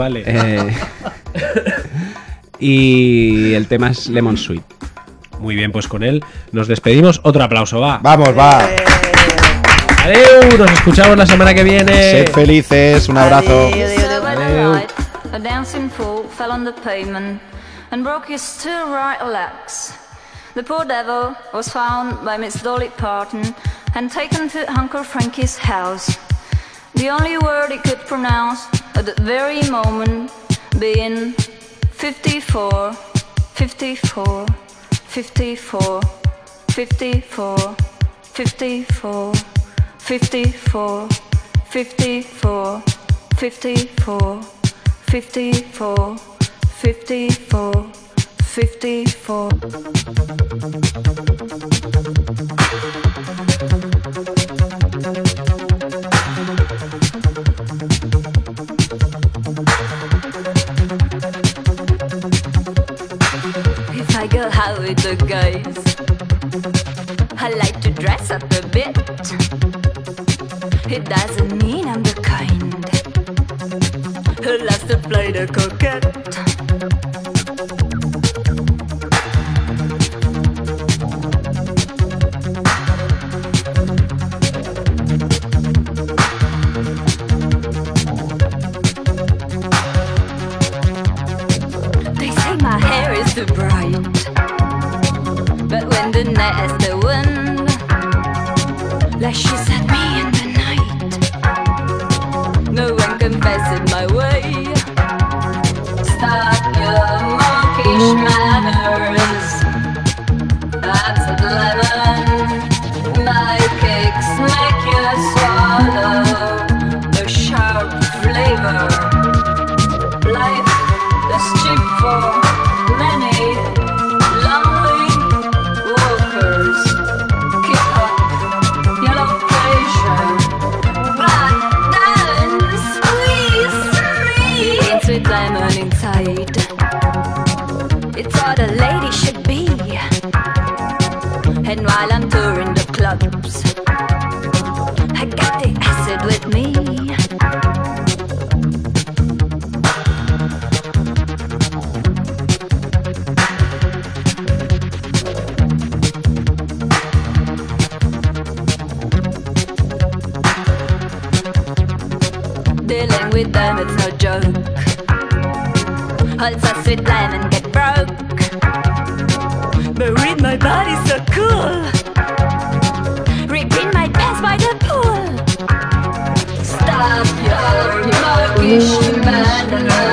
Y el tema es Lemon Sweet. Muy bien, pues con él nos despedimos. Otro aplauso, va. Vamos, va. Adiós, nos escuchamos la semana que viene. Sed felices, un abrazo. Adiós. So by the light, a dancing fool fell on the pavement and broke his still right legs. The poor devil was found by Miss Dolly Parton and taken to Uncle Frankie's house. The only word he could pronounce at that very moment being 54, 54, 54, 54, 54, 54, 54, 54, 54, 54, 54. If I go out with the guys, I like to dress up a bit. It doesn't mean I'm the kind who loves to play the coquette. They say my hair is too bright, but when the night has the wind lashes at me in the night, no one can pass it my way. Stop your motion. while I'm touring the clubs. I got the acid with me. Dealing with them, it's no joke. Also sweet lime and get broke. But read my body so cool. Repeat my pants by the pool. Stop your muggish man.